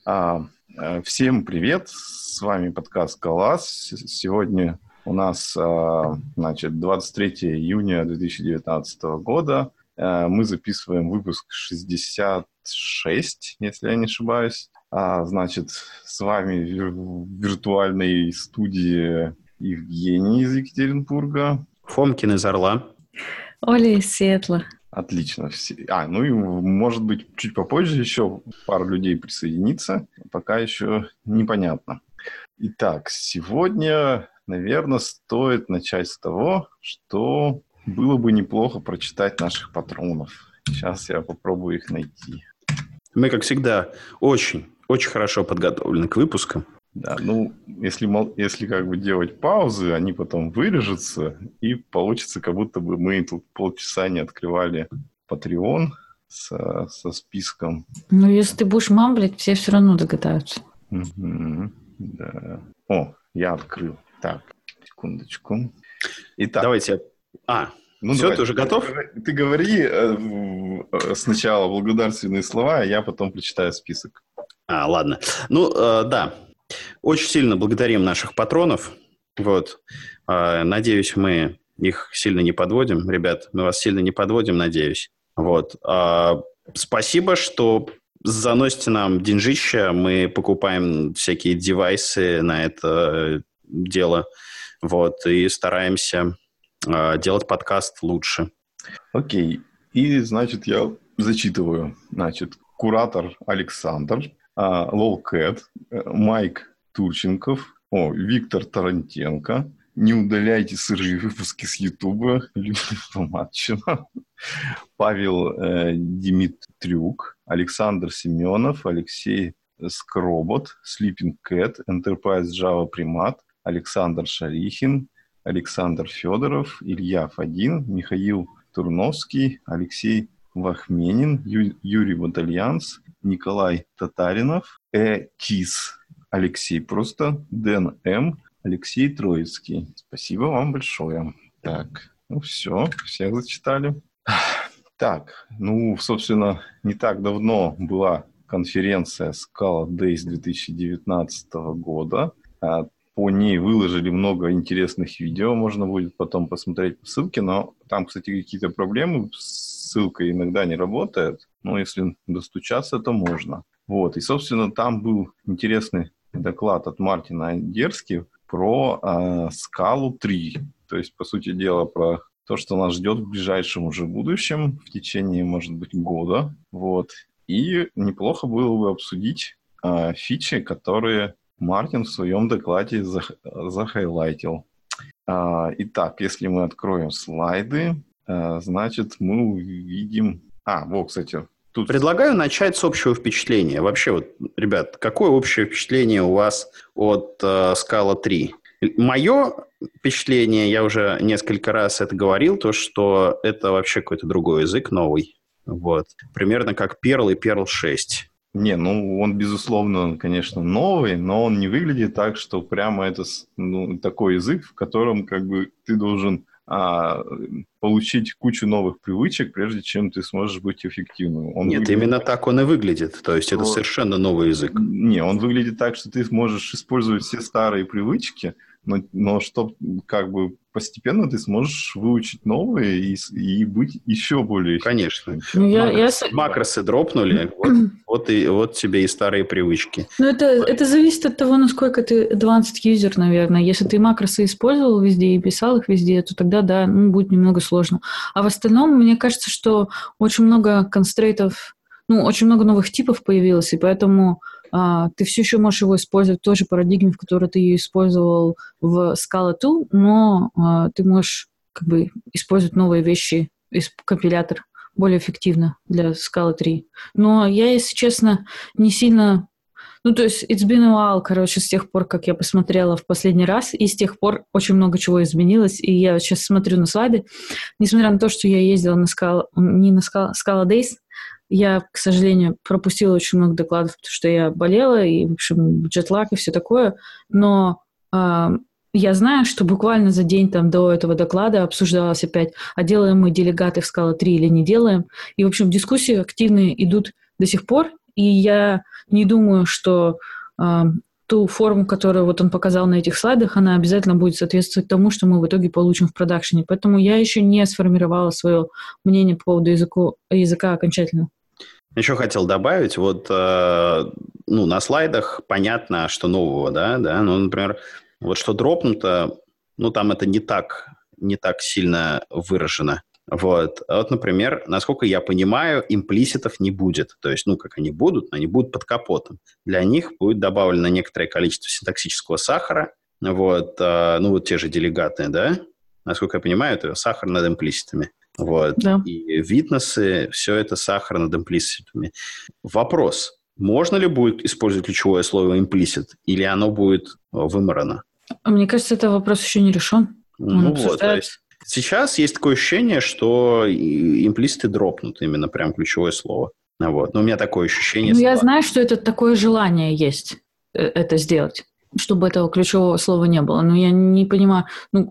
Всем привет, с вами подкаст «Коллас». Сегодня у нас 23 июня 2019 года. Мы записываем выпуск 66, если я не ошибаюсь. С вами в виртуальной студии Евгений из Екатеринбурга. Фомкин из Орла. Оля из Сиэтла. Отлично. И может быть, чуть попозже еще пару людей присоединится. Пока еще непонятно. Итак, сегодня, наверное, стоит начать с того, что было бы неплохо прочитать наших патронов. Сейчас я попробую их найти. Мы, как всегда, очень хорошо подготовлены к выпускам. Да, если как бы делать паузы, они потом вырежутся, и получится, как будто бы мы тут полчаса не открывали Patreon со списком. Ну, если ты будешь мамблить, все равно догадаются. Да. О, я открыл. Так, секундочку. Итак. Давайте. Все, ты уже готов? Ты говори сначала благодарственные слова, а я потом прочитаю список. Ладно. Да. Очень сильно благодарим наших патронов. Надеюсь, мы их сильно не подводим. Ребят, мы вас сильно не подводим, надеюсь. Спасибо, что заносите нам деньжища. Мы покупаем всякие девайсы на это дело. И стараемся делать подкаст лучше. Окей. И, я зачитываю. Куратор Александр, Лолкэт, Майк Турченков, Виктор Тарантенко, не удаляйте сырые выпуски с Ютуба, Людмила Матчина, Павел Димитрюк, Александр Семенов, Алексей Скробот, Sleeping Cat, Enterprise Java Примат, Александр Шарихин, Александр Федоров, Илья Фадин, Михаил Турновский, Алексей Вахменин, Юрий Батальянс, Николай Татаринов, Кис, Алексей просто, Дэн М, Алексей Троицкий. Спасибо вам большое. Так, все, всех зачитали. Так, собственно, не так давно была конференция Scala Days 2019 года. По ней выложили много интересных видео, можно будет потом посмотреть по ссылке, но там, кстати, какие-то проблемы, ссылка иногда не работает, но если достучаться, то можно. И, собственно, там был интересный доклад от Мартина Дерски про Scala 3, то есть, по сути дела, про то, что нас ждет в ближайшем уже будущем, в течение, может быть, года. И неплохо было бы обсудить фичи, которые Мартин в своем докладе захайлайтил. Итак, если мы откроем слайды, мы увидим... кстати, тут... Предлагаю начать с общего впечатления. Вообще, ребят, какое общее впечатление у вас от Scala 3? Мое впечатление, я уже несколько раз это говорил, то, что это вообще какой-то другой язык новый. Примерно как Perl и Perl 6. Он, безусловно, конечно, новый, но он не выглядит так, что прямо это такой язык, в котором ты должен получить кучу новых привычек, прежде чем ты сможешь быть эффективным. Именно так он и выглядит. То есть это совершенно новый язык. Он выглядит так, что ты сможешь использовать все старые привычки, но что постепенно ты сможешь выучить новые и быть еще более эффективным. Конечно. Макросы дропнули, вот тебе и старые привычки. Это зависит от того, насколько ты advanced user, наверное. Если ты макросы использовал везде и писал их везде, то тогда, да, будет немного сложно. А в остальном, мне кажется, что очень много констрейтов, очень много новых типов появилось, и поэтому ты все еще можешь его использовать в той же парадигме, в которой ты ее использовал в Scala 2, но ты можешь использовать новые вещи из компилятора более эффективно для Scala 3. Но я, если честно, не сильно... it's been a while, с тех пор, как я посмотрела в последний раз, и с тех пор очень много чего изменилось, и я сейчас смотрю на слайды. Несмотря на то, что я ездила не на Scala Days, я, к сожалению, пропустила очень много докладов, потому что я болела, и, в общем, джетлаг и все такое. Но я знаю, что буквально за день до этого доклада обсуждалось опять, а делаем мы делегаты в Scala 3 или не делаем. И, в общем, дискуссии активные идут до сих пор, И я не думаю, что ту форму, которую вот он показал на этих слайдах, она обязательно будет соответствовать тому, что мы в итоге получим в продакшене. Поэтому я еще не сформировала свое мнение по поводу языка окончательно. Еще хотел добавить, вот на слайдах понятно, что нового, да, ну, например, вот что дропнуто, там это не так сильно выражено. Вот, например, насколько я понимаю, имплиситов не будет. То есть, как они будут под капотом. Для них будет добавлено некоторое количество синтаксического сахара. Вот, те же делегаты, да, насколько я понимаю, это сахар над имплиситами. Вот, да. И витнессы, все это сахар над имплиситами. Вопрос, можно ли будет использовать ключевое слово implicit, или оно будет вымарано? Мне кажется, это вопрос еще не решен. То есть сейчас есть такое ощущение, что имплиситы дропнут, именно прям ключевое слово. Вот. Но у меня такое ощущение. Я знаю, что это такое желание есть, это сделать, чтобы этого ключевого слова не было. Но я не понимаю,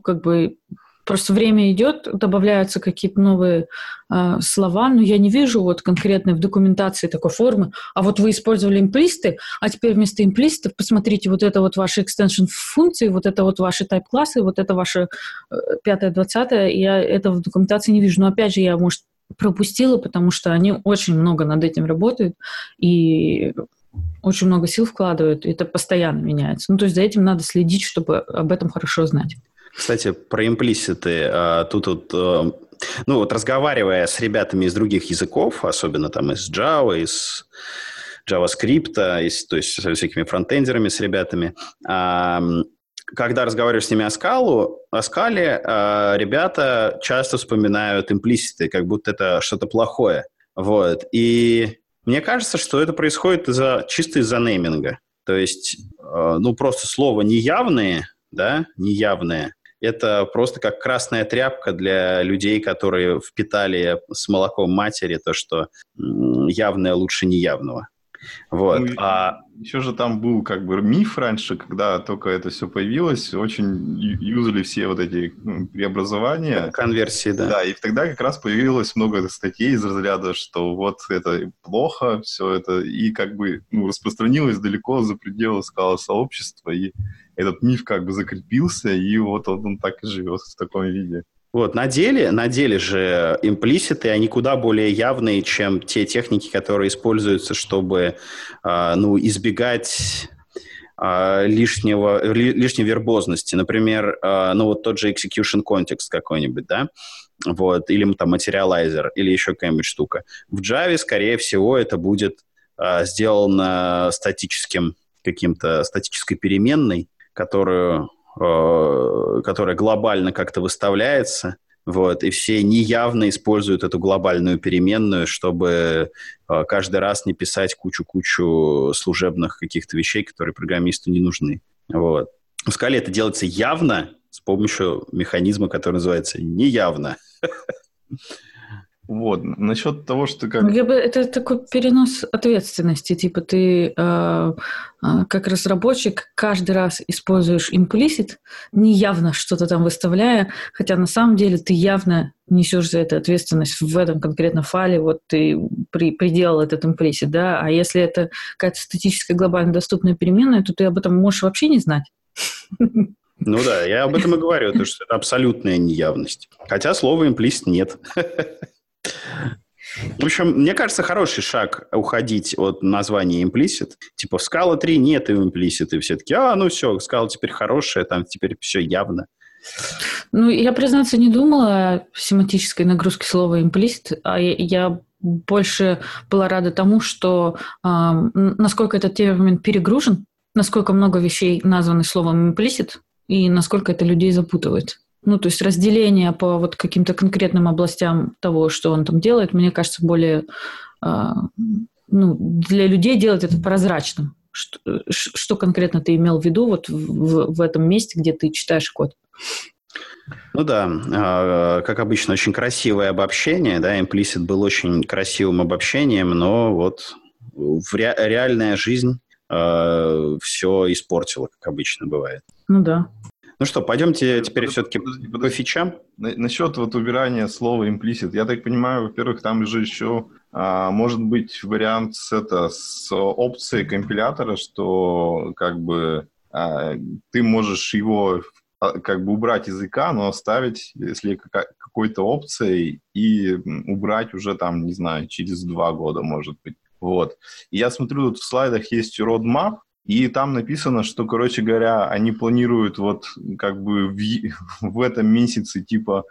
просто время идет, добавляются какие-то новые слова, но я не вижу вот конкретно в документации такой формы. А вот вы использовали имплисты, а теперь вместо имплистов посмотрите, вот это вот ваши extension функции, вот это вот ваши type-классы, вот это ваше 5-20. Я этого в документации не вижу. Но опять же, я, может, пропустила, потому что они очень много над этим работают и очень много сил вкладывают, и это постоянно меняется. То есть за этим надо следить, чтобы об этом хорошо знать. Кстати, про имплиситы. Разговаривая с ребятами из других языков, особенно там из Java, из JavaScript, то есть со всякими фронтендерами, с ребятами, когда разговариваешь с ними о скале, ребята часто вспоминают имплиситы, как будто это что-то плохое. Вот. И мне кажется, что это происходит чисто из-за нейминга. То есть, просто слово «неявные», да, «неявные», это просто как красная тряпка для людей, которые впитали с молоком матери то, что явное лучше неявного. Вот. Еще же там был миф раньше, когда только это все появилось, очень юзали все вот эти преобразования. Конверсии, да. Да, и тогда как раз появилось много статей из разряда, что вот это плохо, все это, и распространилось далеко за пределы скала-сообщества, и этот миф закрепился, и вот он так и живет в таком виде. Вот, на деле же имплиситы, они куда более явные, чем те техники, которые используются, чтобы, избегать лишней вербозности. Например, тот же execution context какой-нибудь, да, вот, или там материалайзер, или еще какая-нибудь штука. В Java, скорее всего, это будет сделано статической переменной, которая глобально как-то выставляется, вот, и все неявно используют эту глобальную переменную, чтобы каждый раз не писать кучу служебных каких-то вещей, которые программисту не нужны. Вот. В скале это делается явно с помощью механизма, который называется неявно. Вот, насчет того, что Это такой перенос ответственности. Типа ты как разработчик каждый раз используешь имплисит, неявно что-то там выставляя, хотя на самом деле ты явно несешь за это ответственность в этом конкретном файле, вот ты приделал этот имплисит, да, а если это какая-то статическая глобально доступная переменная, то ты об этом можешь вообще не знать. Ну да, я об этом и говорю, то, что это абсолютная неявность. Хотя слова имплисит нет. В общем, мне кажется, хороший шаг уходить от названия implicit. Типа в Scala 3 нет implicit, и все таки все, Scala теперь хорошая, там теперь все явно. Я, признаться, не думала о семантической нагрузке слова implicit, а я больше была рада тому, что насколько этот термин перегружен, насколько много вещей названы словом implicit, и насколько это людей запутывает. То есть разделение по вот каким-то конкретным областям того, что он там делает, мне кажется, более для людей делать это прозрачным. Что конкретно ты имел в виду вот в этом месте, где ты читаешь код? Ну да, как обычно, очень красивое обобщение, да, implicit был очень красивым обобщением, но вот реальная жизнь все испортила, как обычно бывает. Ну да. Ну что, пойдемте теперь все-таки по фичам. Насчет вот убирания слова implicit, я так понимаю, во-первых, там же еще может быть вариант с опцией компилятора, что как бы ты можешь его как бы убрать из языка, но оставить, если какой-то опцией, и убрать уже там, не знаю, через 2 года, может быть. Вот. И я смотрю, тут в слайдах есть roadmap, и там написано, что, короче говоря, они планируют вот как бы в этом месяце типа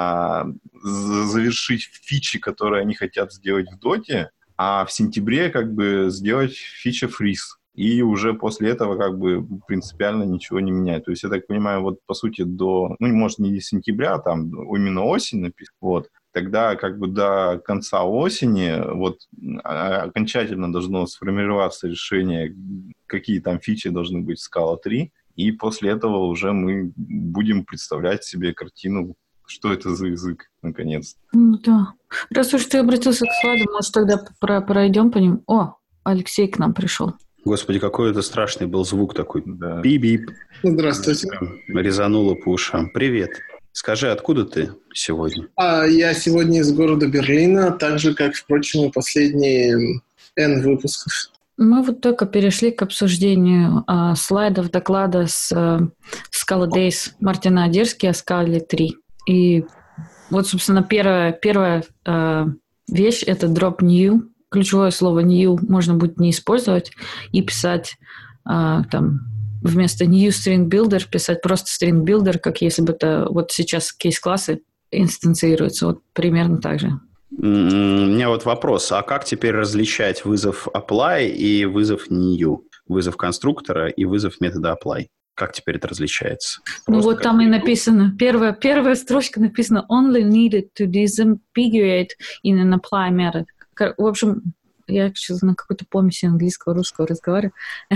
завершить фичи, которые они хотят сделать в доте, а в сентябре как бы сделать фича фриз. И уже после этого как бы принципиально ничего не меняет. То есть, я так понимаю, вот по сути до, ну, может, не сентября, а там именно осень написано, вот, тогда как бы до конца осени вот окончательно должно сформироваться решение, какие там фичи должны быть в Scala 3, и после этого уже мы будем представлять себе картину, что это за язык, наконец. Ну да. Раз уж ты обратился к слайдам, может, тогда пройдем по ним. О, Алексей к нам пришел. Господи, какой это страшный был звук такой. Да. Бип-бип. Здравствуйте. Резануло по ушам. Привет. Скажи, откуда ты сегодня? Я сегодня из города Берлина, так же, как, впрочем, и последние N выпусков. Мы вот только перешли к обсуждению слайдов доклада с Scala Days Мартина Одерски о Scala 3. И вот, собственно, первая вещь – это drop new. Ключевое слово new можно будет не использовать и писать там вместо new string builder писать просто string builder, как если бы это вот сейчас кейс-классы инстанцируются. Вот примерно так же. У меня вот вопрос. А как теперь различать вызов apply и вызов new? Вызов конструктора и вызов метода apply? Как теперь это различается? Ну вот там и написано, первая строчка написана only needed to disambiguate in an apply method. В общем, я сейчас на какой-то помеси английского, русского разговариваю.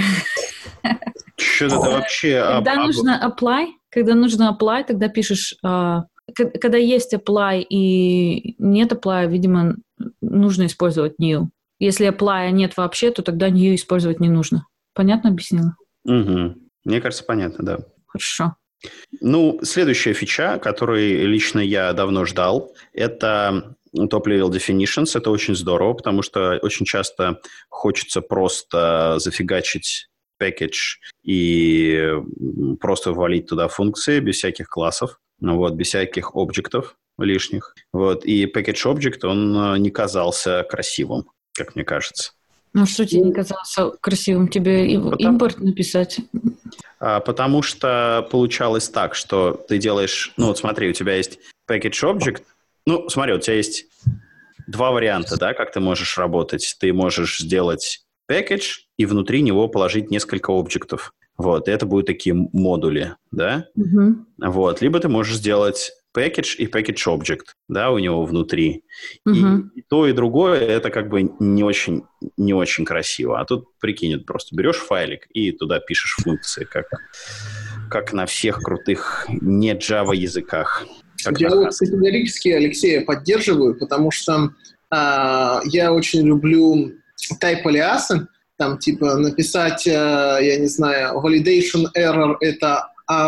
Что это вообще? Когда нужно apply, тогда пишешь... Когда есть apply и нет apply, видимо, нужно использовать new. Если apply нет вообще, то тогда new использовать не нужно. Понятно объяснила? Угу. Мне кажется, понятно, да. Хорошо. Ну, следующая фича, которую лично я давно ждал, это top-level definitions. Это очень здорово, потому что очень часто хочется просто зафигачить package и просто ввалить туда функции без всяких классов, вот, без всяких объектов лишних. Вот. И package object, он не казался красивым, как мне кажется. Ну, что тебе не казалось красивым? Тебе импорт написать? Потому что получалось так, что ты делаешь... Ну, вот смотри, у тебя есть package object. Ну, смотри, у тебя есть 2 варианта, да, как ты можешь работать. Ты можешь сделать package и внутри него положить несколько объектов. Вот, и это будут такие модули, да? Угу. Вот, либо ты можешь сделать package и package object, да, у него внутри. Угу. И то, и другое, это как бы не очень красиво. А тут, прикинь, просто берешь файлик и туда пишешь функции, как на всех крутых не Java языках. Я вот категорически Алексея поддерживаю, потому что я очень люблю type-алиасы. Там типа написать, я не знаю, validation error это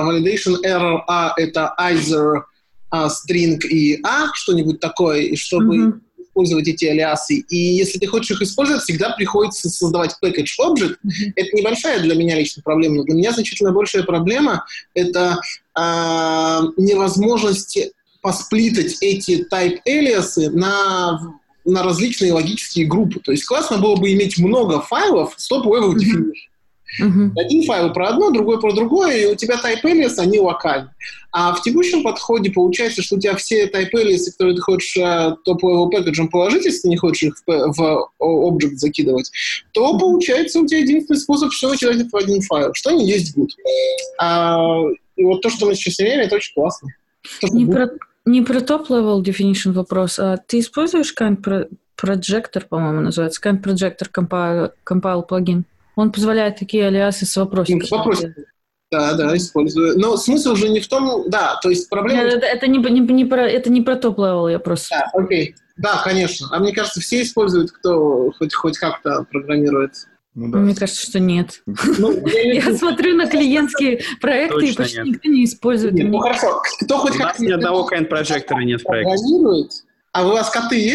это either string и что-нибудь такое, и чтобы использовать эти алиасы. И если ты хочешь их использовать, всегда приходится создавать package object. Это небольшая для меня лично проблема, но для меня значительно большая проблема — это невозможность посплитать эти type-алиасы на различные логические группы. То есть классно было бы иметь много файлов с top-level definition. Один файл про одно, другой про другое, и у тебя type-alias, они локальны. А в текущем подходе получается, что у тебя все type-alias, которые ты хочешь top-level package положить, если ты не хочешь их в object закидывать, то получается у тебя единственный способ все начинать в один файл, что не есть good. И вот то, что мы сейчас имеем, это очень классно. Не про top-level definition вопрос, а ты используешь Kind Projector, по-моему, называется, Kind Projector Compile плагин? Он позволяет такие алиасы с вопросиками. С вопросиками. Да, использую. Но смысл же не в том... Да, то есть проблема... Это не про топ-левел, я просто... Да, окей. Да, конечно. А мне кажется, все используют, кто хоть как-то программирует. Ну, да. Мне кажется, что нет. Я смотрю на клиентские проекты, и почти никто не использует. Ну, хорошо. Кто хоть как-то... У нас ни одного kind-проджектора нет в проекте. Программирует. А у вас коты есть?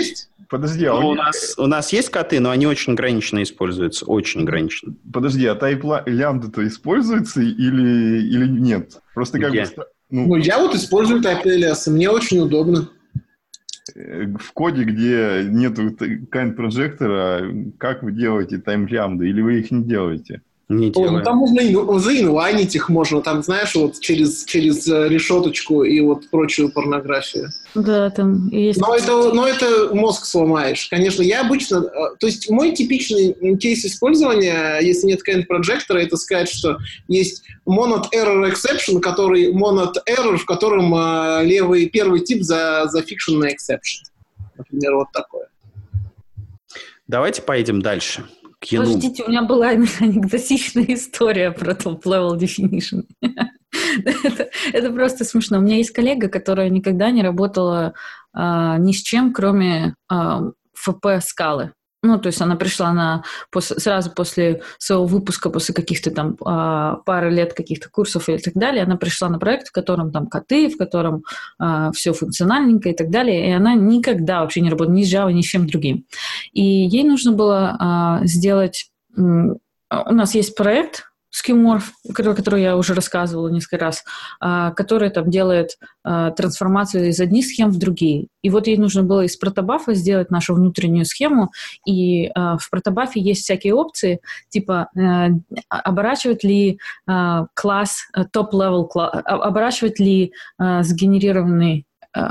Подожди, у нас есть коты, но они очень ограниченно используются. Очень ограниченно. Подожди, а type лямбда-то используется или нет? Просто как Где? бы... Ну, я вот использую type alias, и мне очень удобно. В коде, где нету kind прожектора, как вы делаете time лямбда, или вы их не делаете? Не Ой, делаем. там можно заинлайнить их можно, там, знаешь, вот через решеточку и вот прочую порнографию. Да, там есть... Но это мозг сломаешь. Конечно, я обычно... То есть мой типичный кейс использования, если нет kind прожектора, это сказать, что есть monad error exception, который monad error, в котором первый тип зафикшен на exception. Например, вот такое. Давайте поедем дальше. Подождите, у меня была анекдотичная история про top-level definition. Это просто смешно. У меня есть коллега, которая никогда не работала ни с чем, кроме FP-скалы. Ну, то есть она пришла сразу после своего выпуска, после каких-то там пары лет каких-то курсов и так далее, она пришла на проект, в котором там коты, в котором все функциональненько и так далее, и она никогда вообще не работала ни с Java, ни с чем другим. И ей нужно было сделать... У нас есть проект Skeuomorph, который я уже рассказывала несколько раз, который там делает трансформацию из одних схем в другие. И вот ей нужно было из протобафа сделать нашу внутреннюю схему, и в протобафе есть всякие опции, типа оборачивать ли класс, топ-левел класс, оборачивать ли сгенерированные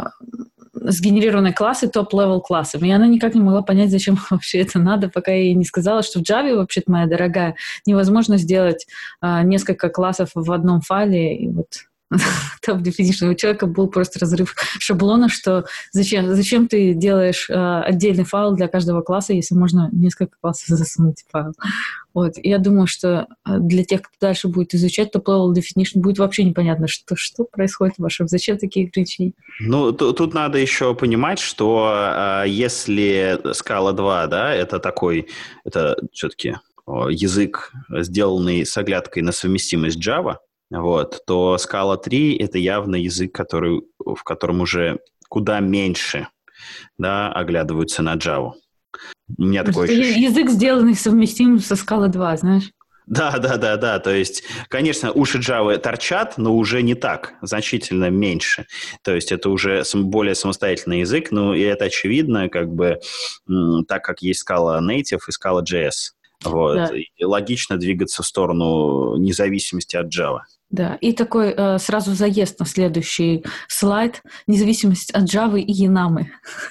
классы топ-левел классом. И она никак не могла понять, зачем вообще это надо, пока я ей не сказала, что в Java, вообще-то, моя дорогая, невозможно сделать несколько классов в одном файле. И вот top definition у человека был просто разрыв шаблона, что зачем ты делаешь отдельный файл для каждого класса, если можно несколько классов засунуть в файл. Вот. И я думаю, что для тех, кто дальше будет изучать top-level definition, будет вообще непонятно, что происходит в вашем, зачем такие ограничения. Ну, тут надо еще понимать, что если Scala 2, да, это все-таки язык, сделанный с оглядкой на совместимость Java, вот, то Scala 3 — это явно язык, в котором уже куда меньше, да, оглядываются на Java. У меня такое ощущение. Язык, сделанный совместим со Scala 2, знаешь? Да. То есть, конечно, уши Java торчат, но уже не так, значительно меньше. То есть это уже более самостоятельный язык, ну и это очевидно, как бы, так как есть Scala Native и Scala JS. Вот. Да. И логично двигаться в сторону независимости от Java. Да, и такой сразу заезд на следующий слайд. Независимость от Java и Янамы.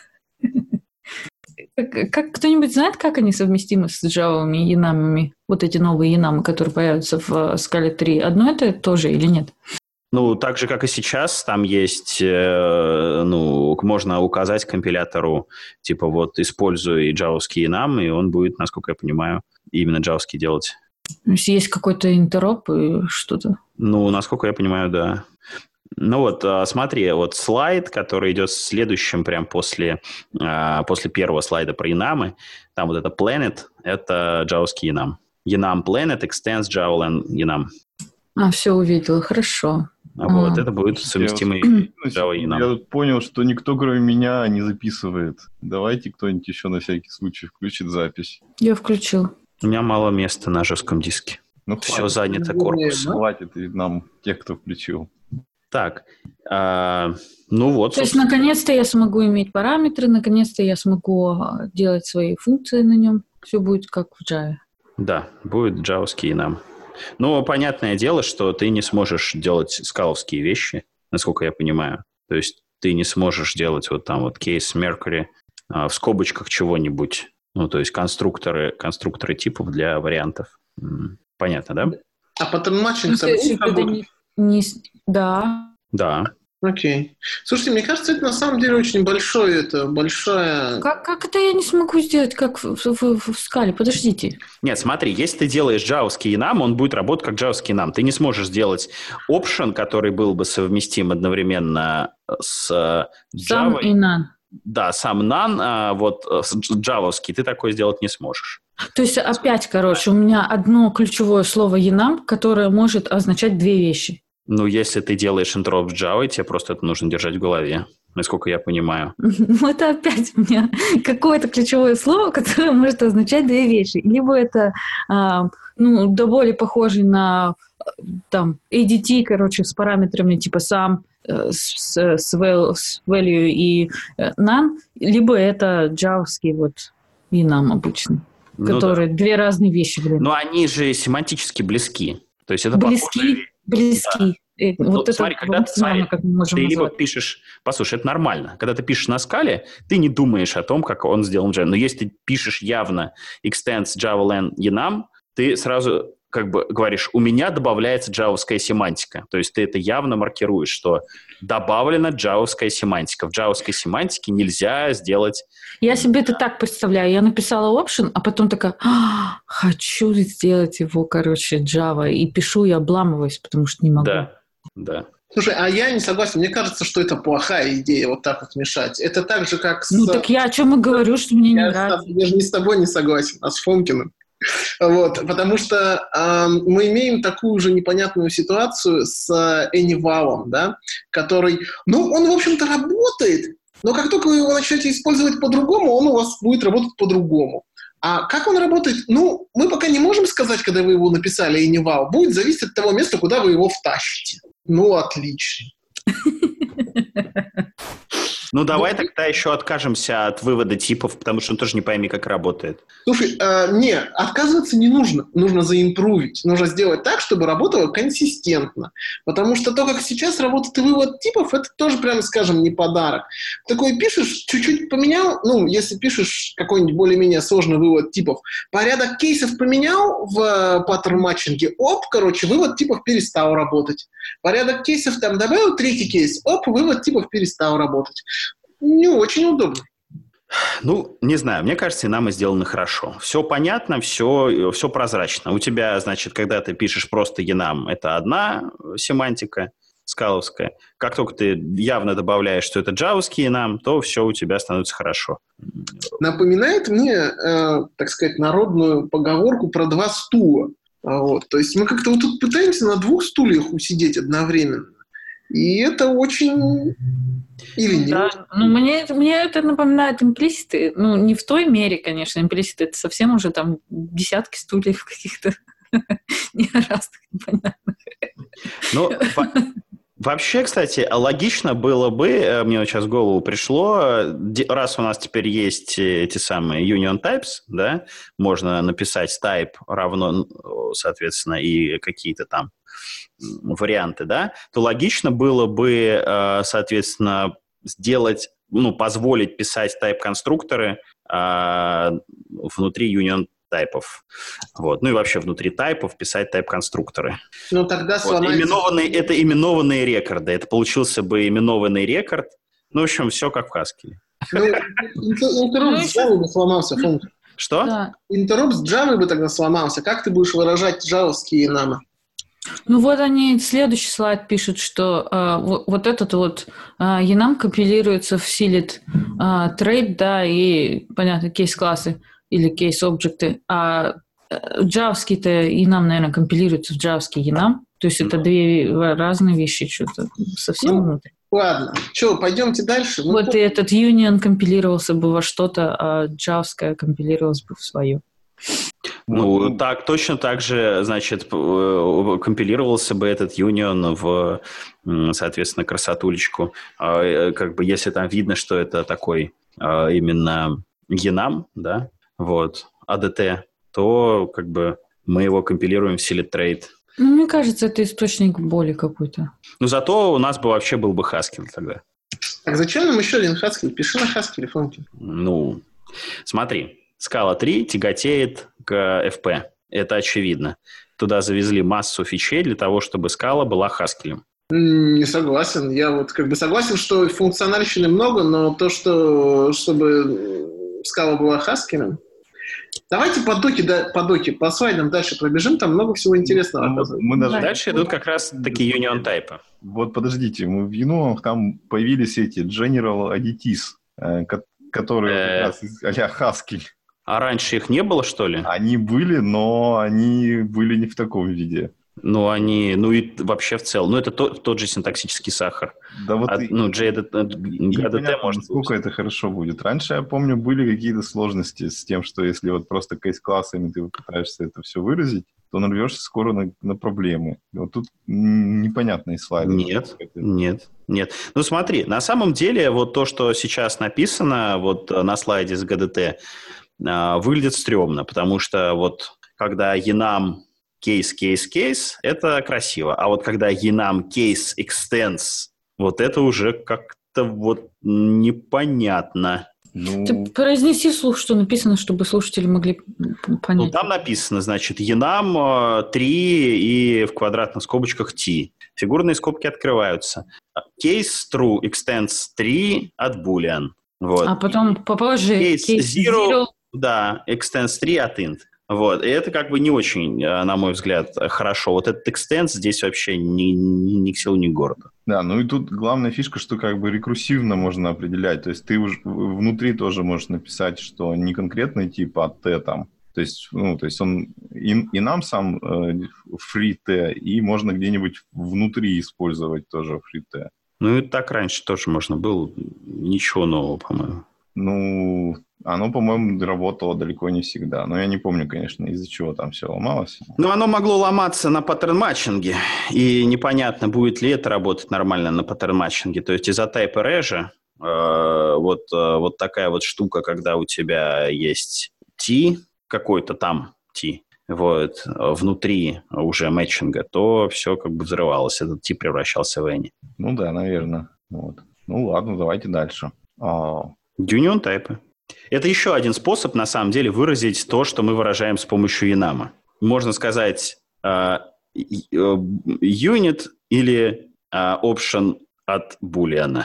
Как кто-нибудь знает, как они совместимы с Java и Янамами? Вот эти новые Янамы, которые появятся в Scala 3. Одно это тоже или нет? Ну, так же, как и сейчас, там есть, можно указать компилятору, типа, вот, используй джавовский Янам, и он будет, насколько я понимаю, именно джавовский делать. То есть есть какой-то интероп и что-то? Ну, насколько я понимаю, да. Ну вот, смотри, вот слайд, который идет следующим прям после первого слайда про Янамы, там вот это Planet, это джавовский Янам. Янам Planet extends JavaLang Янам. Все увидела, хорошо. Вот, это будет совместимый Java и Янам. Я понял, что никто, кроме меня, не записывает. Давайте кто-нибудь еще на всякий случай включит запись. Я включил. У меня мало места на жестком диске. Ну, все занято корпусом. Хватит и нам тех, кто включил. Так, ну вот. То есть, наконец-то я смогу иметь параметры, наконец-то я смогу делать свои функции на нем. Все будет как в Java. Да, будет джавовский Янам. Но понятное дело, что ты не сможешь делать скаловские вещи, насколько я понимаю. То есть ты не сможешь делать вот там вот кейс Mercury в скобочках чего-нибудь. Ну, то есть конструкторы типов для вариантов. Понятно, да? А паттерн-матчинг там не работает? Да. Да. Окей. Слушайте, мне кажется, это на самом деле очень большое. Как это я не смогу сделать, как в скале? Подождите. Нет, смотри, если ты делаешь джавовский Янам, он будет работать как джавовский Янам. Ты не сможешь сделать option, который был бы совместим одновременно с Java. Сам и none. Да, сам none, вот джавовский ты такое сделать не сможешь. То есть опять, у меня одно ключевое слово Янам, которое может означать две вещи. Ну, если ты делаешь интероп в Java, тебе просто это нужно держать в голове. насколько я понимаю. Ну, это опять у меня какое-то ключевое слово, которое может означать две вещи. Либо это, до боли похожий на там ADT, короче, с параметрами типа sum, с value и none, либо это джавовский вот enum обычный, которые две разные вещи. Но они же семантически близки. То есть это близки. Да. Вот это смотри, когда как мы можем ты назвать. либо пишешь... Послушай, это нормально. Когда ты пишешь на скале, ты не думаешь о том, как он сделан в Java. Но если ты пишешь явно extends java-len enum, ты сразу как бы говоришь, у меня добавляется джавовская семантика. То есть ты это явно маркируешь, что добавлена джавовская семантика. В джавовской семантике нельзя сделать... Я себе это так представляю. Я написала option, а потом такая, хочу сделать его, короче, Java. И пишу и обламываюсь, потому что не могу. Да. Слушай, а я не согласен. Мне кажется, что это плохая идея вот так вот мешать. Это так же, как с... Ну так я о чем и говорю, что мне не нравится. Я же не с тобой не согласен, а с Фомкиным. Вот, потому что мы имеем такую же непонятную ситуацию с AnyVal, да, который, он, в общем-то, работает, но как только вы его начнете использовать по-другому, он у вас будет работать по-другому. А как он работает? Мы пока не можем сказать, когда вы его написали, AnyVal. Будет зависеть от того места, куда вы его втащите. Отлично. Давай тогда еще откажемся от вывода типов, потому что он тоже не пойми, как работает. Слушай, отказываться не нужно. Нужно заимпрувить. Нужно сделать так, чтобы работало консистентно. Потому что то, как сейчас работает и вывод типов, это тоже, прямо скажем, не подарок. Такой пишешь, чуть-чуть поменял, если пишешь какой-нибудь более-менее сложный вывод типов, порядок кейсов поменял в паттерн-матчинге, вывод типов перестал работать. Порядок кейсов там добавил третий кейс, вывод типов перестал работать. Не очень удобно. Не знаю, мне кажется, enum сделаны хорошо. Все понятно, все прозрачно. У тебя, значит, когда ты пишешь просто enum, это одна семантика скаловская. Как только ты явно добавляешь, что это джавовский enum, то все у тебя становится хорошо. Напоминает мне, так сказать, народную поговорку про два стула. То есть мы как-то вот тут пытаемся на двух стульях усидеть одновременно. И это очень... Или нет? Да, мне это напоминает имплиситы. Не в той мере, конечно. Имплиситы — это совсем уже там десятки стульев каких-то неразных, непонятных. Вообще, кстати, логично было бы, мне вот сейчас в голову пришло, раз у нас теперь есть эти самые union types, да, можно написать type равно, соответственно, и какие-то там варианты, да, то логично было бы, соответственно, сделать, позволить писать type-конструкторы внутри union тайпов. И вообще внутри тайпов писать тайп-конструкторы. Тогда сломается... Это именованные рекорды. Это получился бы именованный рекорд. В общем, все как в Haskell. Интерруп с Java бы сломался, Фомка. Что? Да. Интерруп с Java бы тогда сломался. Как ты будешь выражать джавовские enum? Они следующий слайд пишут, что вот этот вот enum компилируется в Sealed Trait, да, и, понятно, кейс-классы или кейс-объекты, а джавский-то enum, наверное, компилируется в джавский enum, то есть это две разные вещи, что-то совсем внутри. Ладно, пойдемте дальше. И этот union компилировался бы во что-то, а джавское компилировалось бы в свое. Так, точно так же, значит, компилировался бы этот union в, соответственно, красотулечку. Если там видно, что это такой именно enum, да, ADT, то мы его компилируем в Sealed Trait. Мне кажется, это источник боли какой-то. Зато у нас бы вообще был бы Haskell тогда. Так зачем нам еще один Haskell? Пиши на Haskell, Фомки. Смотри, Scala 3 тяготеет к FP. Это очевидно. Туда завезли массу фичей для того, чтобы Scala была Haskell. Не согласен. Я согласен, что функциональщины много, но то, чтобы Scala была Haskell... Давайте по доке, по слайдам дальше пробежим, там много всего интересного. Дальше идут как раз такие union тайпы. Подождите, в юнонах там появились эти General Additis, которые как раз а-ля Haskell. А раньше их не было, что ли? Они были, но они были не в таком виде. Ну, и вообще в целом. Ну, это тот же синтаксический сахар. Да вот GDT может насколько это хорошо будет. Раньше, я помню, были какие-то сложности с тем, что если вот просто кейс-классами ты пытаешься это все выразить, то нарвешься скоро на проблемы. Вот тут непонятные слайды. Нет. Ну, смотри, на самом деле вот то, что сейчас написано вот на слайде с GDT, выглядит стрёмно, потому что вот когда enum case, это красиво, а вот когда enum case extends, вот это уже как-то вот непонятно. Ты произнеси вслух, что написано, чтобы слушатели могли понять. Ну, там написано, значит, enum 3 и в квадратных скобочках t. Фигурные скобки открываются. Case true extends 3 от boolean. Вот. А потом попозже case 0, да, extends 3 от int. Вот. И это как бы не очень, на мой взгляд, хорошо. Вот этот extends здесь вообще ни к селу, ни к городу. Да, ну и тут главная фишка, что как бы рекурсивно можно определять. То есть ты уже внутри тоже можешь написать, что не конкретный тип, а t там. То есть он и нам сам free t, и можно где-нибудь внутри использовать тоже free t. Ну и так раньше тоже можно было. Ничего нового, по-моему. Ну, оно, по-моему, работало далеко не всегда. Но я не помню, конечно, из-за чего там все ломалось. Ну, оно могло ломаться на паттерн-матчинге. И непонятно, будет ли это работать нормально на паттерн-матчинге. То есть из-за type array вот такая вот штука, когда у тебя есть t, какой-то там t, вот, внутри уже мэтчинга, то все как бы взрывалось. Этот t превращался в any. Ну да, наверное. Вот. Ну ладно, давайте дальше. Union type. Это еще один способ, на самом деле, выразить то, что мы выражаем с помощью enum. Можно сказать unit или option от boolean.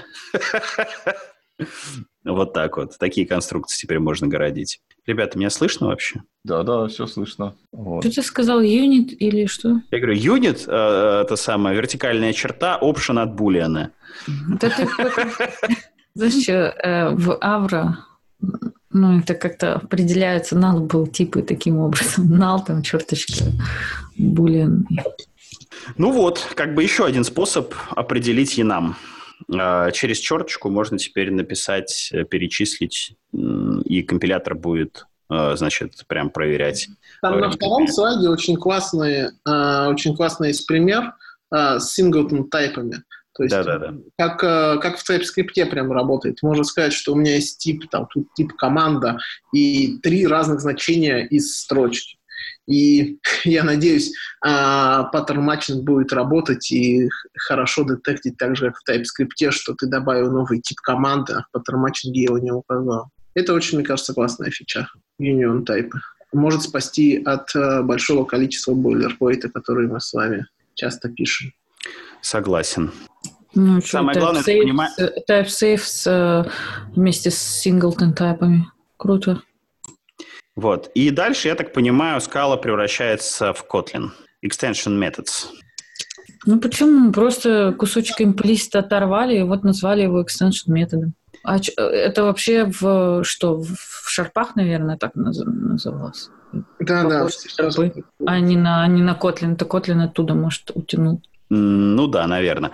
Вот так вот. Такие конструкции теперь можно городить. Ребята, меня слышно вообще? Да, все слышно. Вот. Что ты сказал, unit или что? Я говорю, unit это самая вертикальная черта, option от boolean. Да ты знаешь, в Avro, это как-то определяется, null был типы таким образом. Null, там, черточка, boolean. Ну вот, как бы еще один способ определить enum. Через черточку можно теперь написать, перечислить, и компилятор будет, значит, прям проверять. Там на втором слайде очень классный есть пример с singleton-тайпами. То есть, как в TypeScript прям работает. Можно сказать, что у меня есть тип, там, тут тип команда и 3 разных значения из строчки. И я надеюсь, паттерн-матчинг будет работать и хорошо детектить так же, как в TypeScript, что ты добавил новый тип команды, а в паттерн-матчинге его не указал. Это очень, мне кажется, классная фича. Union type. Может спасти от большого количества бойлерплейта, которые мы с вами часто пишем. Согласен. Самое главное, это понимать... TypeSafe вместе с singleton тайпами. Круто. Вот. И дальше, я так понимаю, Scala превращается в Kotlin. Extension methods. Ну почему? Просто кусочек имплиста оторвали и вот назвали его extension методом. А это вообще в шарпах, наверное, так называлось? Да. А не на Kotlin. То Kotlin оттуда, может, утянул. Ну да, наверное.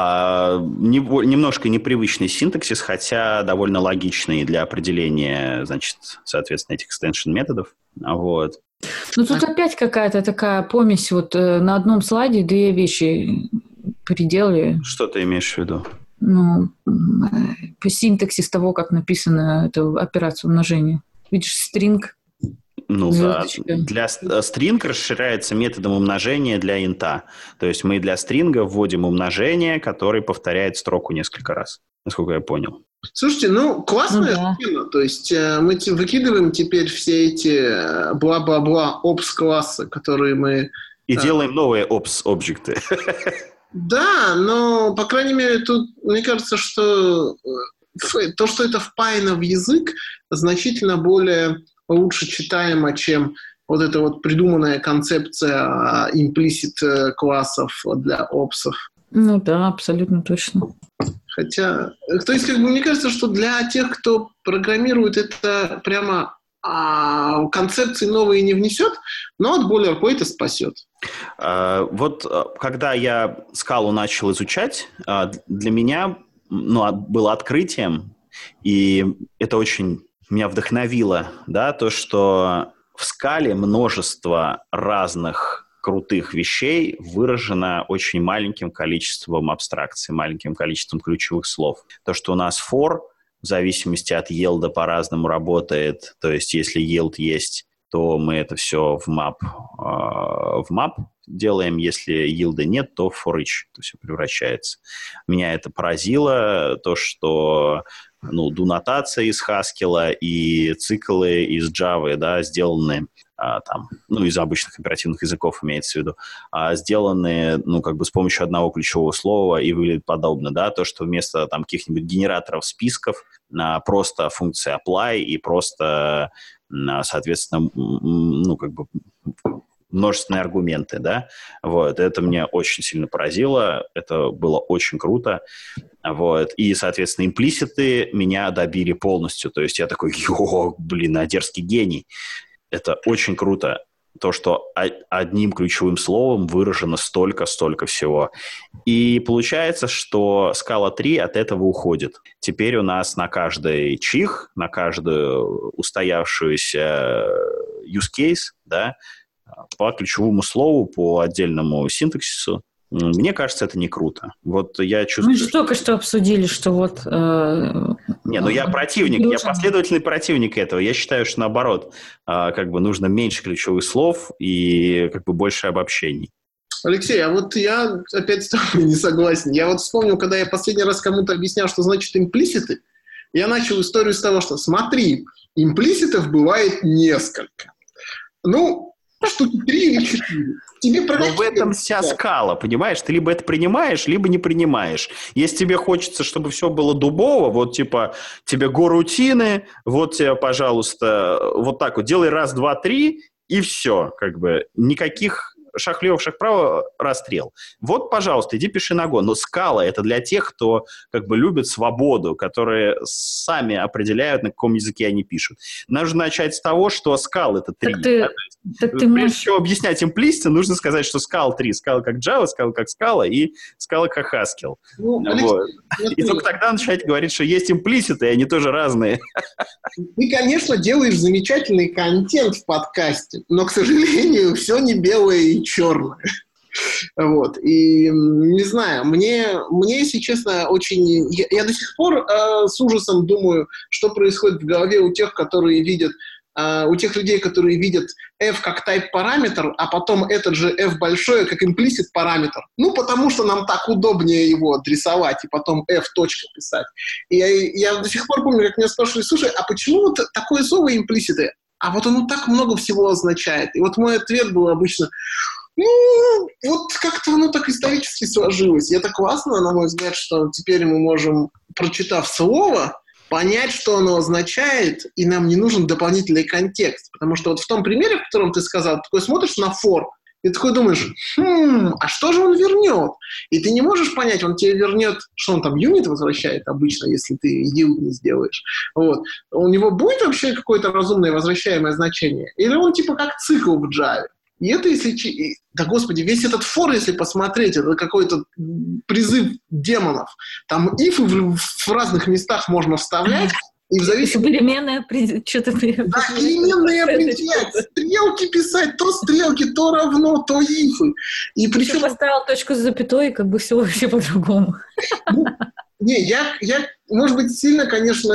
Немножко непривычный синтаксис, хотя довольно логичный для определения, значит, соответственно, этих extension методов. Вот. Ну тут опять какая-то такая помесь. Вот на одном слайде 2 вещи переделали. Что ты имеешь в виду? Ну, синтаксис того, как написано эту операцию умножения. Видишь, string. Ну да, для string расширяется методом умножения для инта. То есть мы для стринга вводим умножение, которое повторяет строку несколько раз, насколько я понял. Слушайте, классная схема. То есть мы выкидываем теперь все эти бла-бла-бла опс-классы, которые мы... И делаем новые опс-объекты. Да, но, по крайней мере, тут, мне кажется, что то, что это впаяно в язык, значительно более... лучше читаемо, чем вот эта вот придуманная концепция implicit классов для опсов. Ну да, абсолютно точно. Хотя, то есть, мне кажется, что для тех, кто программирует, это прямо а концепции новые не внесет, но от бойлерплейта спасет. Вот когда я скалу начал изучать, для меня было открытием, и это очень меня вдохновило, да, то, что в скале множество разных крутых вещей выражено очень маленьким количеством абстракций, маленьким количеством ключевых слов. То, что у нас for в зависимости от yield по-разному работает, то есть если yield есть, то мы это все в map делаем, если yield нет, то в for each это все превращается. Меня это поразило, то, что do-нотация из Haskell и циклы из Java, да, сделаны из обычных оперативных языков имеется в виду, сделаны, с помощью одного ключевого слова и выглядит подобно, да, то, что вместо каких-нибудь генераторов списков просто функция apply и просто, соответственно, множественные аргументы, да, вот, это меня очень сильно поразило, это было очень круто, вот, и, соответственно, имплиситы меня добили полностью, то есть я такой, дерзкий гений, это очень круто, то, что одним ключевым словом выражено столько всего. И получается, что скала 3 от этого уходит. Теперь у нас на каждый чих, на каждую устоявшуюся use case, да, по ключевому слову, по отдельному синтаксису. Мне кажется, это не круто. Вот я чувствую... Мы же только что обсудили, что вот... я противник, я последовательный противник этого. Я считаю, что наоборот, нужно меньше ключевых слов и больше обобщений. Алексей, а вот я опять с тобой не согласен. Я вот вспомнил, когда я последний раз кому-то объяснял, что значит имплиситы, я начал историю с того, что смотри, имплиситов бывает несколько. Штуки 3 или 4. Тебе в этом вся скала, понимаешь? Ты либо это принимаешь, либо не принимаешь. Если тебе хочется, чтобы все было дубово, вот тебе горутины, вот тебе, пожалуйста, вот так вот, делай раз, два, три, и все, никаких шаг влево, шаг вправо, расстрел. Вот, пожалуйста, иди пиши на Go. Но скала — это для тех, кто любит свободу, которые сами определяют, на каком языке они пишут. Нужно начать с того, что скал — это 3. Прежде всего объяснять имплиситы, нужно сказать, что скал 3. Скала как Java, скала как скала и скала как Haskell. И только тогда начать говорить, что есть имплиситы, и они тоже разные. Ты, конечно, делаешь замечательный контент в подкасте, но, к сожалению, все не белое и черное. Вот. И не знаю, мне, если честно, очень... Я до сих пор с ужасом думаю, что происходит в голове у тех, которые видят, у тех людей, которые видят f как type-параметр, а потом этот же f большое как implicit параметр. Потому что нам так удобнее его адресовать и потом f точка писать. И я до сих пор помню, как меня спрашивали, слушай, а почему вот такое слово имплиситы? А вот оно так много всего означает. И вот мой ответ был обычно, вот как-то оно так исторически сложилось. И это классно, на мой взгляд, что теперь мы можем, прочитав слово, понять, что оно означает, и нам не нужен дополнительный контекст. Потому что вот в том примере, в котором ты сказал, ты такой смотришь на for, и такой думаешь, а что же он вернет? И ты не можешь понять, он тебе вернет, что он там юнит возвращает обычно, если ты yield не сделаешь. Вот. У него будет вообще какое-то разумное возвращаемое значение? Или он как цикл в Java? И это, если... Да, господи, весь этот for, если посмотреть, это какой-то призыв демонов. Там ифы в разных местах можно вставлять, и в зависимости... Переменные что-то ты... Да, переменные определять, стрелки писать, то стрелки, то равно, то ифы. И причем... Ты поставил точку с запятой, все вообще по-другому. Я, может быть, сильно, конечно,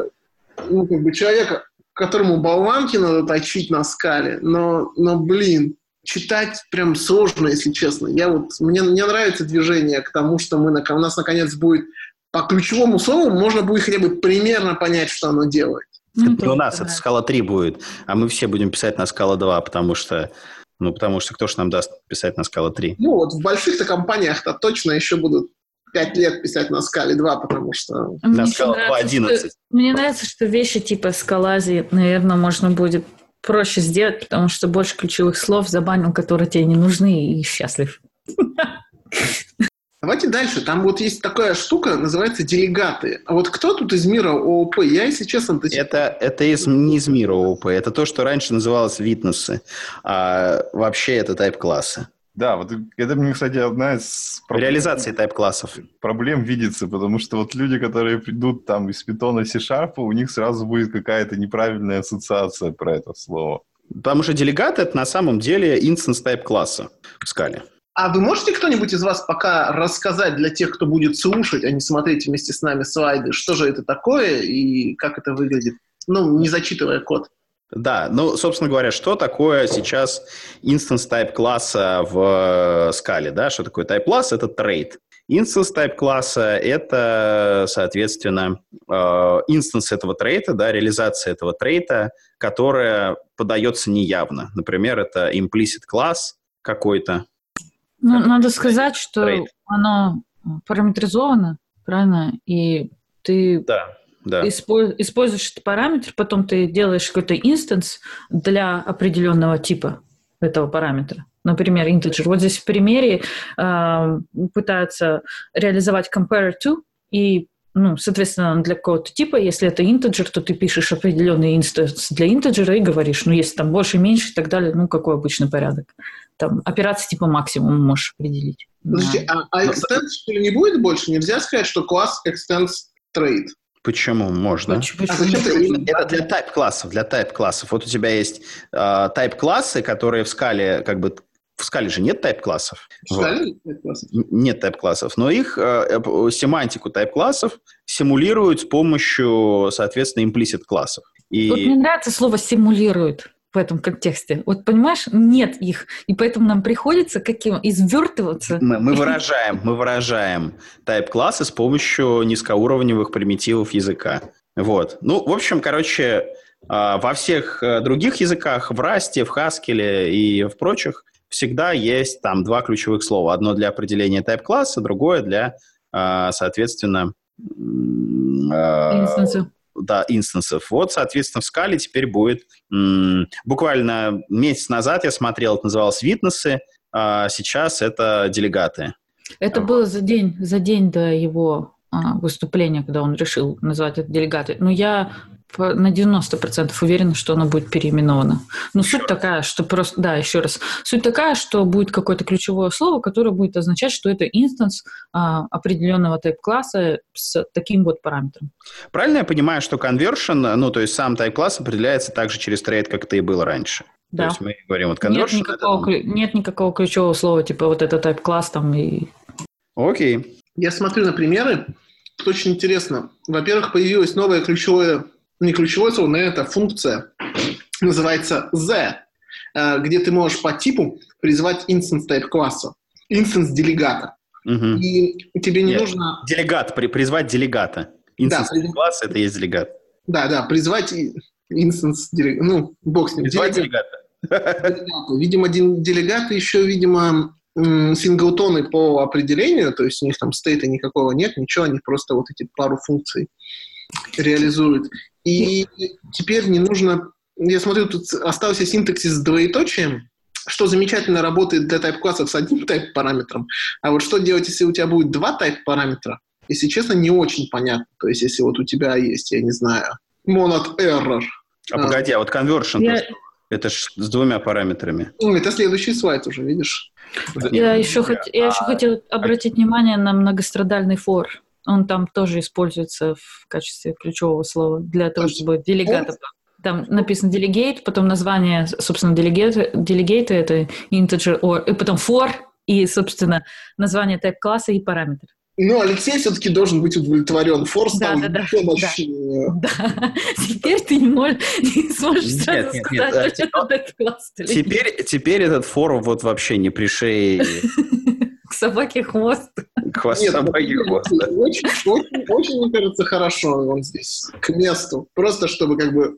человека, которому болванки надо точить на скале, но читать прям сложно, если честно. Мне нравится движение к тому, что у нас наконец будет по ключевому слову, можно будет хотя бы примерно понять, что оно делает. Это у нас это скала 3 будет, а мы все будем писать на скала 2, потому что кто же нам даст писать на скала 3? В больших-то компаниях-то точно еще будут 5 лет писать на скале 2, потому что... На скала 2.11. Мне нравится, что вещи типа скалази, наверное, можно будет проще сделать, потому что больше ключевых слов забанил, которые тебе не нужны, и счастлив. Давайте дальше. Там вот есть такая штука, называется делегаты. А вот кто тут из мира ООП? Я, если честно... Это не из мира ООП. Это то, что раньше называлось витнессы. А вообще это тайп-классы. Да, вот это мне, кстати, одна из реализации тайп-классов. Проблем видится, потому что вот люди, которые придут там из питона C#, у них сразу будет какая-то неправильная ассоциация про это слово. Потому что делегат — это на самом деле инстанс тайп-класса в скале. А вы можете кто-нибудь из вас пока рассказать для тех, кто будет слушать, а не смотреть вместе с нами слайды, что же это такое и как это выглядит? Ну, не зачитывая код. Да, ну, собственно говоря, что такое сейчас инстанс тайп-класса в скале, да? Что такое тайп-класс? Это трейд. Инстанс тайп-класса — это, соответственно, инстанс этого трейта, да, реализация этого трейта, которая подается неявно. Например, это implicit класс какой-то. Ну, надо сказать, что оно параметризовано, правильно? И ты используешь этот параметр, потом ты делаешь какой-то инстанс для определенного типа этого параметра. Например, integer. Вот здесь в примере пытаются реализовать compare to, и, ну, соответственно, для какого-то типа, если это integer, то ты пишешь определенный инстанс для integer и говоришь, ну, если там больше, меньше и так далее, ну, какой обычный порядок. Там операции типа максимум можешь определить. Подожди, а extends, что ли, не будет больше? Нельзя сказать, что класс extends trade? Почему? Можно. Это для тайп-классов. Для тайп-классов. Вот у тебя есть тайп-классы, которые в скале, как бы, в скале же нет тайп-классов. В скале нет тайп-классов? Нет тайп-классов. Но их семантику тайп-классов симулируют с помощью, соответственно, implicit-классов. Вот мне нравится слово «симулируют» в этом контексте. Вот, понимаешь, нет их, и поэтому нам приходится извертываться. Мы выражаем тайп-классы с помощью низкоуровневых примитивов языка. Вот. Ну, в общем, короче, во всех других языках, в Rust, в Haskell и в прочих, всегда есть там два ключевых слова. Одно для определения тайп-класса, другое для, соответственно... инстансов. Да, инстансов. Вот, соответственно, в скале теперь будет... буквально месяц назад я смотрел, это называлось витнессы, а сейчас это делегаты. Это было за день до его выступления, когда он решил назвать это делегаты. Но я на 90% уверена, что оно будет переименовано. Но суть такая, что просто... Да, еще раз. Суть такая, что будет какое-то ключевое слово, которое будет означать, что это инстанс определенного тайп-класса с таким вот параметром. Правильно я понимаю, что conversion, ну, то есть сам тайп-класс определяется также через трейд, как это и было раньше? Да. То есть мы говорим, вот conversion... Нет никакого ключевого слова, типа вот это тайп-класс там и... Окей. Я смотрю на примеры. Это очень интересно. Во-первых, появилось новое ключевое... Не ключевое слово, но это функция. Называется the, где ты можешь по типу призвать инстанс тайп-класса. Инстанс делегата. Угу. И тебе не нужно... Делегат, призвать делегата. Инстанс тайп-класса — это есть делегат. Да, призвать инстанс делегата. Ну, бог с ним. Призвать делегата. Видимо, делегаты еще, видимо, синглтоны по определению, то есть у них там стейта никакого нет, ничего, они просто вот эти пару функций реализуют. И теперь не нужно... Я смотрю, тут остался синтаксис с двоеточием, что замечательно работает для тайп-классов с одним тайп-параметром. А вот что делать, если у тебя будет два тайп-параметра? Если честно, не очень понятно. То есть если вот у тебя есть, я не знаю, monad error. Погоди, а вот conversion, это ж с двумя параметрами. Ну, это следующий слайд уже, видишь? Я еще хотела обратить внимание на многострадальный for. Он там тоже используется в качестве ключевого слова для того, чтобы делегата... Там написано delegate, потом название, собственно, delegate это integer, и потом for, и, собственно, название type-класса и параметр. Ну, Алексей все-таки должен быть удовлетворен. For стал еще мощнее. Да. Теперь ты не сможешь сразу сказать, что это type-класс. Теперь этот for вот вообще не пришей... К собаке хвост. Нет, собаки хвост. Очень, мне кажется, хорошо он здесь, к месту. Просто чтобы как бы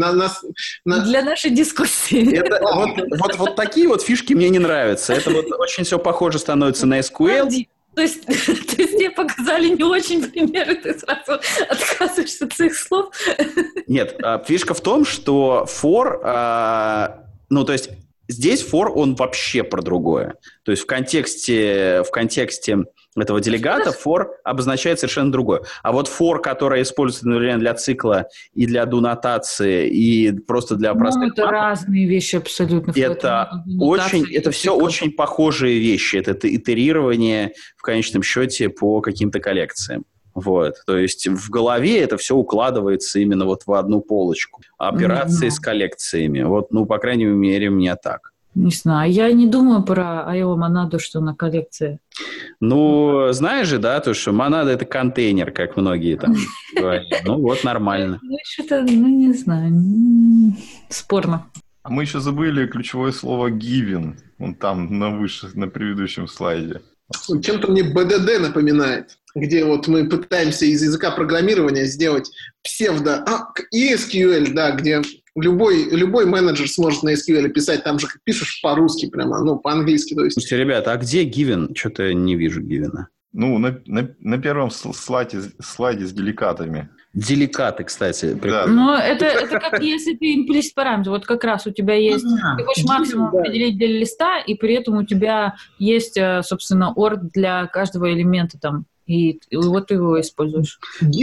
Для нашей дискуссии. Вот такие вот фишки мне не нравятся. Это вот очень все похоже становится на SQL. То есть тебе показали не очень примеры, ты сразу отказываешься от своих слов? Нет, фишка в том, что for, ну, то есть здесь for, он вообще про другое. То есть в контексте этого делегата, for обозначает совершенно другое. А вот for, который используется, например, для цикла и для do-нотации, и просто для простых это разные вещи абсолютно. Это все очень похожие вещи. Это итерирование в конечном счете по каким-то коллекциям. Вот. То есть в голове это все укладывается именно вот в одну полочку. Операции с коллекциями. Вот, ну, по крайней мере, у меня так. Не знаю. Я не думаю про IO монаду, что она коллекция. Ну, знаешь же, да, то, что монада – это контейнер, как многие там говорят. Ну, вот нормально. Ну, что-то, не знаю. Спорно. А мы еще забыли ключевое слово given. Вон там на предыдущем слайде. Чем-то мне BDD напоминает, где вот мы пытаемся из языка программирования сделать псевдо... и SQL, да, где любой менеджер сможет на SQL писать, там же как пишешь по-русски прямо, по-английски. То есть. Слушайте, ребята, а где given? Что-то я не вижу given. Ну, на первом слайде с деликатами. Деликаты, кстати. Да. Ну, это как если ты имплисит параметр. Вот как раз у тебя есть... Ты хочешь максимум определить для листа, и при этом у тебя есть, собственно, OR для каждого элемента там. И вот ты его используешь.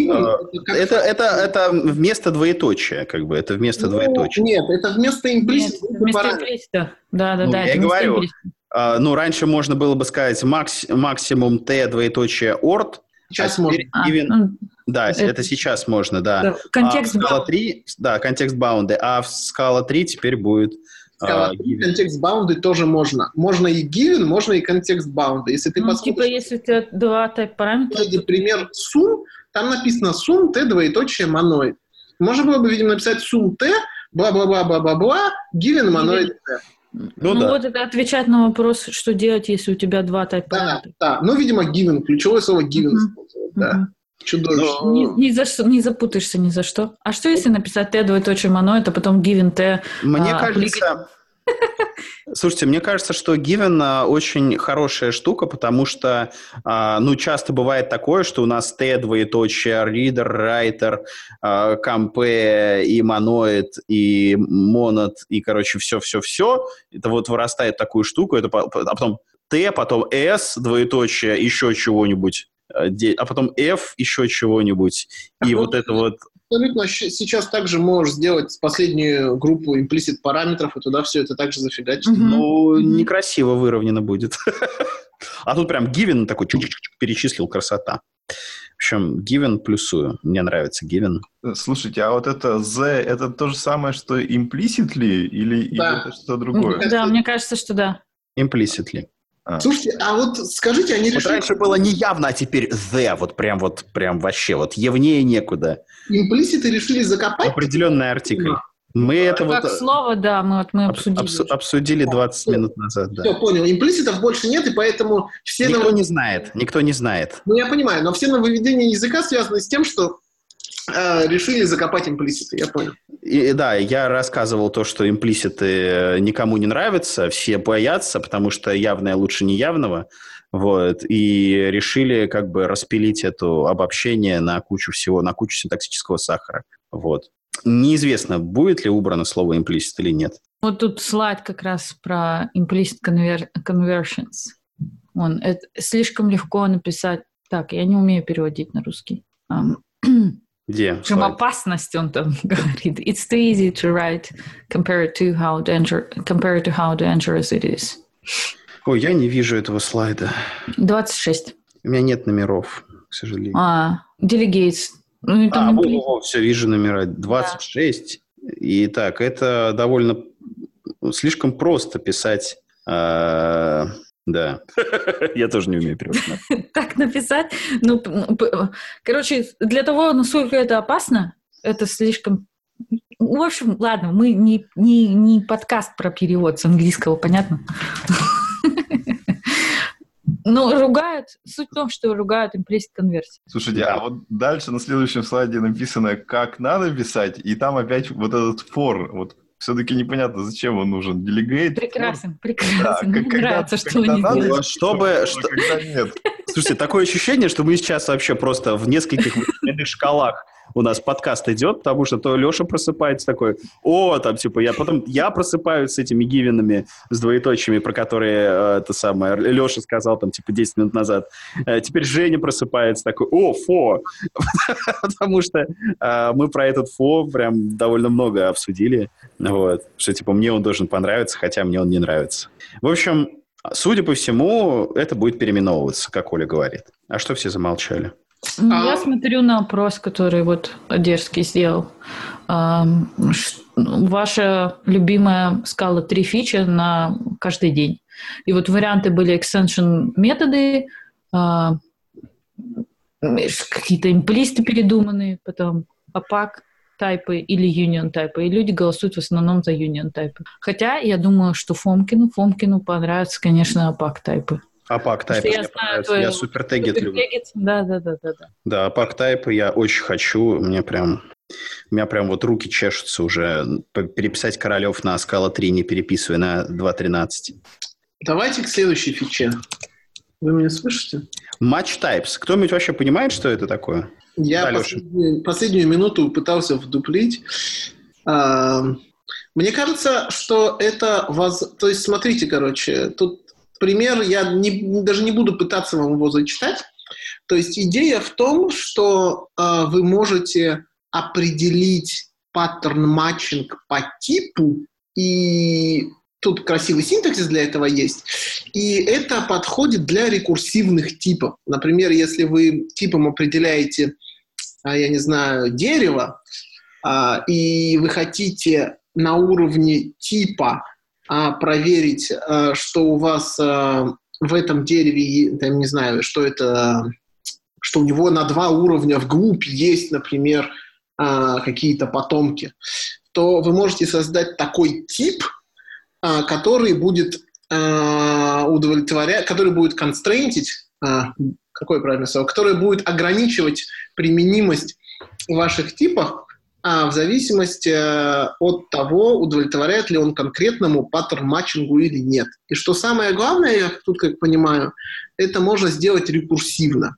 Это вместо двоеточия, как бы. Это вместо двоеточия. Нет, это вместо имплисита. Вместо имплисита. Да. Я говорю, раньше можно было бы сказать максимум T двоеточие ORT. Сейчас можно. Да, это сейчас можно, да. Контекст Scala 3, да, контекст bound, а в Scala 3 теперь будет... Scala 3 контекст bound тоже можно. Можно и given, можно и контекст bound. Если ты посмотришь... если у тебя два тайп-параметра... Например, sum, там написано sum t двоеточие monoid. Можно было бы, видимо, написать sum t, бла-бла-бла-бла-бла-бла, given monoid t. Вот это отвечать на вопрос, что делать, если у тебя два тайп-параметра. Да. Ну, видимо, given, ключевое слово given использовать, да. Чудовищно. Не запутаешься ни за что. А что, если написать t двоеточие monoid, а потом given t... Мне кажется... Слушайте, мне кажется, что given очень хорошая штука, потому что, часто бывает такое, что у нас t двоеточие, reader, writer, compare и monoid, и monad, и, короче, все-все-все. Это вот вырастает такую штуку, а потом t, потом s, двоеточие, еще чего-нибудь, а потом f, еще чего-нибудь. И вот это вот... Абсолютно. Сейчас также можешь сделать последнюю группу implicit параметров, и туда все это также зафигачить. Ну, некрасиво выровнено будет. А тут прям given такой перечислил, красота. В общем, given плюсую. Мне нравится given. Слушайте, а вот это the, это то же самое, что implicitly, или это что-то другое? Да, мне кажется, что да. Implicitly. Слушайте, а вот скажите, они решили... раньше было неявно, а теперь the, вот прям вообще, вот явнее некуда. Имплиситы решили закопать? Определенный артикль. Мы это как слово, да, мы обсудили. Обсудили 20 минут назад, да. Все, понял. Имплиситов больше нет, и поэтому все... Никто не знает. Ну, я понимаю, но все нововведения языка связаны с тем, что решили закопать имплиситы, я понял. Да, я рассказывал то, что имплиситы никому не нравятся, все боятся, потому что явное лучше неявного, вот, и решили как бы распилить это обобщение на кучу всего, на кучу синтаксического сахара, вот. Неизвестно, будет ли убрано слово implicit или нет. Вот тут слайд как раз про implicit conversions. Это слишком легко написать. Так, я не умею переводить на русский. Где? В чем опасность, он там говорит. It's too easy to write compared to how dangerous it is. Ой, я не вижу этого слайда. 26. У меня нет номеров, к сожалению. Delegates. Все, вижу номера. 26. Да. И так, это довольно слишком просто писать. Да. Я тоже не умею переводить. Так написать? Короче, для того, насколько это опасно, это слишком... В общем, ладно, мы не подкаст про перевод с английского, понятно? Но ругают, суть в том, что ругают implicit конверсии. Слушайте, а вот дальше на следующем слайде написано, как надо писать, и там опять вот этот for, вот все-таки непонятно, зачем он нужен. Delegate. Прекрасен. Да, мне нравится, что они делают. Слушайте, такое ощущение, что мы сейчас вообще просто в нескольких шкалах у нас подкаст идет, потому что то Леша просыпается такой, там, типа, я просыпаюсь с этими гивенами, с двоеточиями, про которые Леша сказал, там, типа, 10 минут назад. Теперь Женя просыпается такой, фо! Потому что мы про этот фо прям довольно много обсудили, вот, что, типа, мне он должен понравиться, хотя мне он не нравится. В общем, судя по всему, это будет переименовываться, как Оля говорит. А что все замолчали? Я смотрю на опрос, который вот Одерский сделал. Ваша любимая скала 3 фичи на каждый день. И вот варианты были extension методы, какие-то имплисты передуманные, потом opaque тайпы или union тайпы. И люди голосуют в основном за union тайпы. Хотя я думаю, что Фомкину понравятся, конечно, opaque тайпы. opaque тайпы мне понравятся. Я супертегет люблю. Да. Да, opaque тайпы я очень хочу. У меня прям вот руки чешутся уже переписать королев на скала 3, не переписывая на 2.13. Давайте к следующей фиче. Вы меня слышите? Match types. Кто-нибудь вообще понимает, что это такое? Я последнюю минуту пытался вдуплить. Мне кажется, что это... То есть, смотрите, короче, тут пример, я даже не буду пытаться вам его зачитать. То есть, идея в том, что вы можете определить паттерн-матчинг по типу, и тут красивый синтаксис для этого есть, и это подходит для рекурсивных типов. Например, если вы типом определяете, я не знаю, дерево, и вы хотите на уровне типа проверить, что у вас в этом дереве, я не знаю, что у него на 2 уровня вглубь есть, например, какие-то потомки, то вы можете создать такой тип, который будет удовлетворять, который будет констрейнтить, какое правильное слово, который будет ограничивать применимость ваших типов в зависимости от того, удовлетворяет ли он конкретному паттерн-матчингу или нет. И что самое главное, я тут как понимаю, это можно сделать рекурсивно.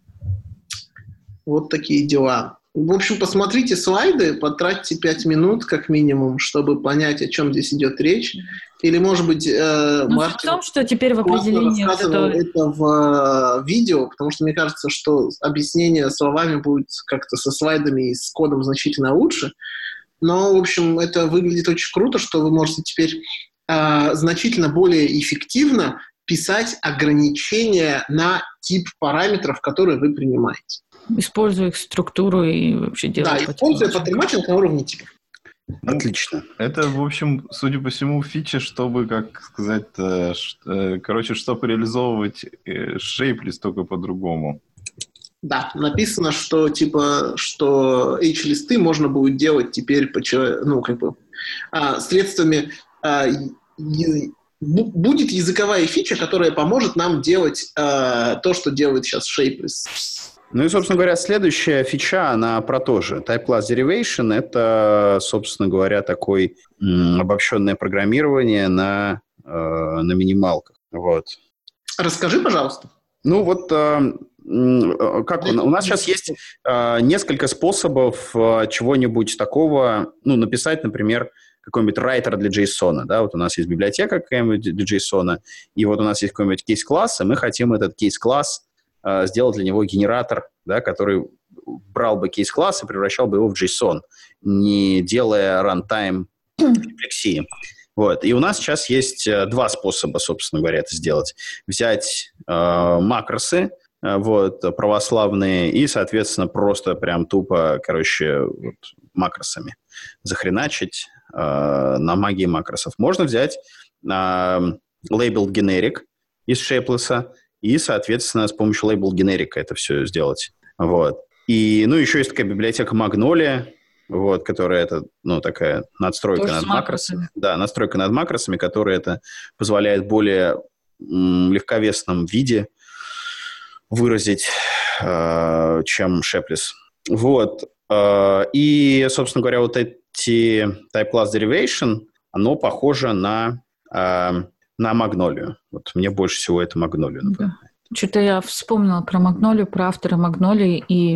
Вот такие дела. В общем, посмотрите слайды, потратьте 5 минут как минимум, чтобы понять, о чем здесь идет речь. Или, может быть, Мартин в том, что теперь в определении рассказывал это в видео, потому что мне кажется, что объяснение словами будет как-то со слайдами и с кодом значительно лучше. Но, в общем, это выглядит очень круто, что вы можете теперь значительно более эффективно писать ограничения на тип параметров, которые вы принимаете. Используя их структуру и вообще делать... Да, используя паттерн-матчинг на уровне типов. Отлично. Это, в общем, судя по всему, фича, чтобы, как сказать, короче, чтобы реализовывать Shapeless только по-другому. Да, написано, что типа, что H-листы можно будет делать теперь средствами... Будет языковая фича, которая поможет нам делать то, что делает сейчас Shapeless. Ну и, собственно говоря, следующая фича, она про то же. Type Class Derivation – это, собственно говоря, такое обобщенное программирование на минималках. Вот. Расскажи, пожалуйста. Ну вот, как у нас сейчас есть несколько способов чего-нибудь такого, написать, например, какой-нибудь райтер для JSON. Да? Вот у нас есть библиотека какая-нибудь для JSON, и вот у нас есть какой-нибудь кейс-класс, и мы хотим этот кейс-класс сделать для него генератор, да, который брал бы кейс-класс и превращал бы его в JSON, не делая runtime рефлексии. Вот. И у нас сейчас есть 2 способа, собственно говоря, это сделать. Взять макросы, православные, и, соответственно, просто прям тупо, макросами захреначить на магии макросов. Можно взять labeled generic из Shapeless, и, соответственно, с помощью label генерика это все сделать. Вот. И, еще есть такая библиотека Magnolia, которая это, такая надстройка над макросами. Да, надстройка над макросами, которая это позволяет в более легковесном виде выразить, чем Shapeless. Вот. И, собственно говоря, вот эти Type Class Derivation, оно похоже на Магнолию. Вот мне больше всего это Магнолию напоминает. Да. Что-то я вспомнила про Магнолию, про автора Магнолии, и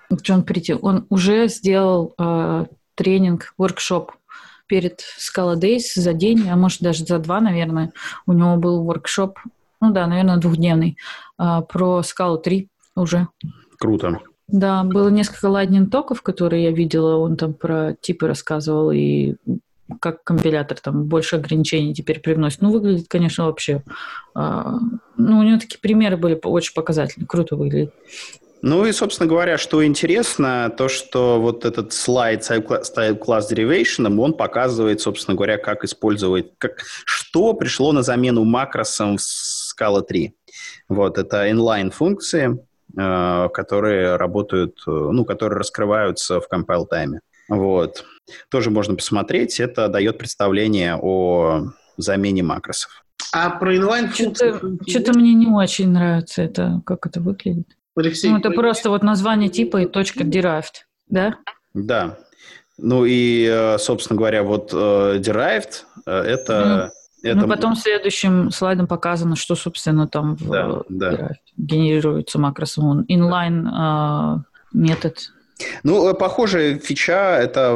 Джон Прити, он уже сделал тренинг, воркшоп перед Scala Days за день, а может даже за 2, наверное. У него был воркшоп, наверное, 2-дневный, про Scala 3 уже. Круто. Да, было несколько lightning-токов, которые я видела, он там про типы рассказывал, и как компилятор там больше ограничений теперь привносит. Выглядит, конечно, вообще... у него такие примеры были очень показательные, круто выглядит. И, собственно говоря, что интересно, то, что вот этот слайд Type Class Derivation, он показывает, собственно говоря, как использовать, что пришло на замену макросам в Scala 3. Вот, это inline-функции, которые работают, которые раскрываются в compile-тайме. Вот. Тоже можно посмотреть, это дает представление о замене макросов. А про inline-функции... Что-то мне не очень нравится это, как это выглядит. Алексей, это просто вот название типа и точка derived, да? Да. И, собственно говоря, вот derived это... потом следующим слайдом показано, что, собственно, там в derived генерируется макросом. Inline метод. Похожая фича, это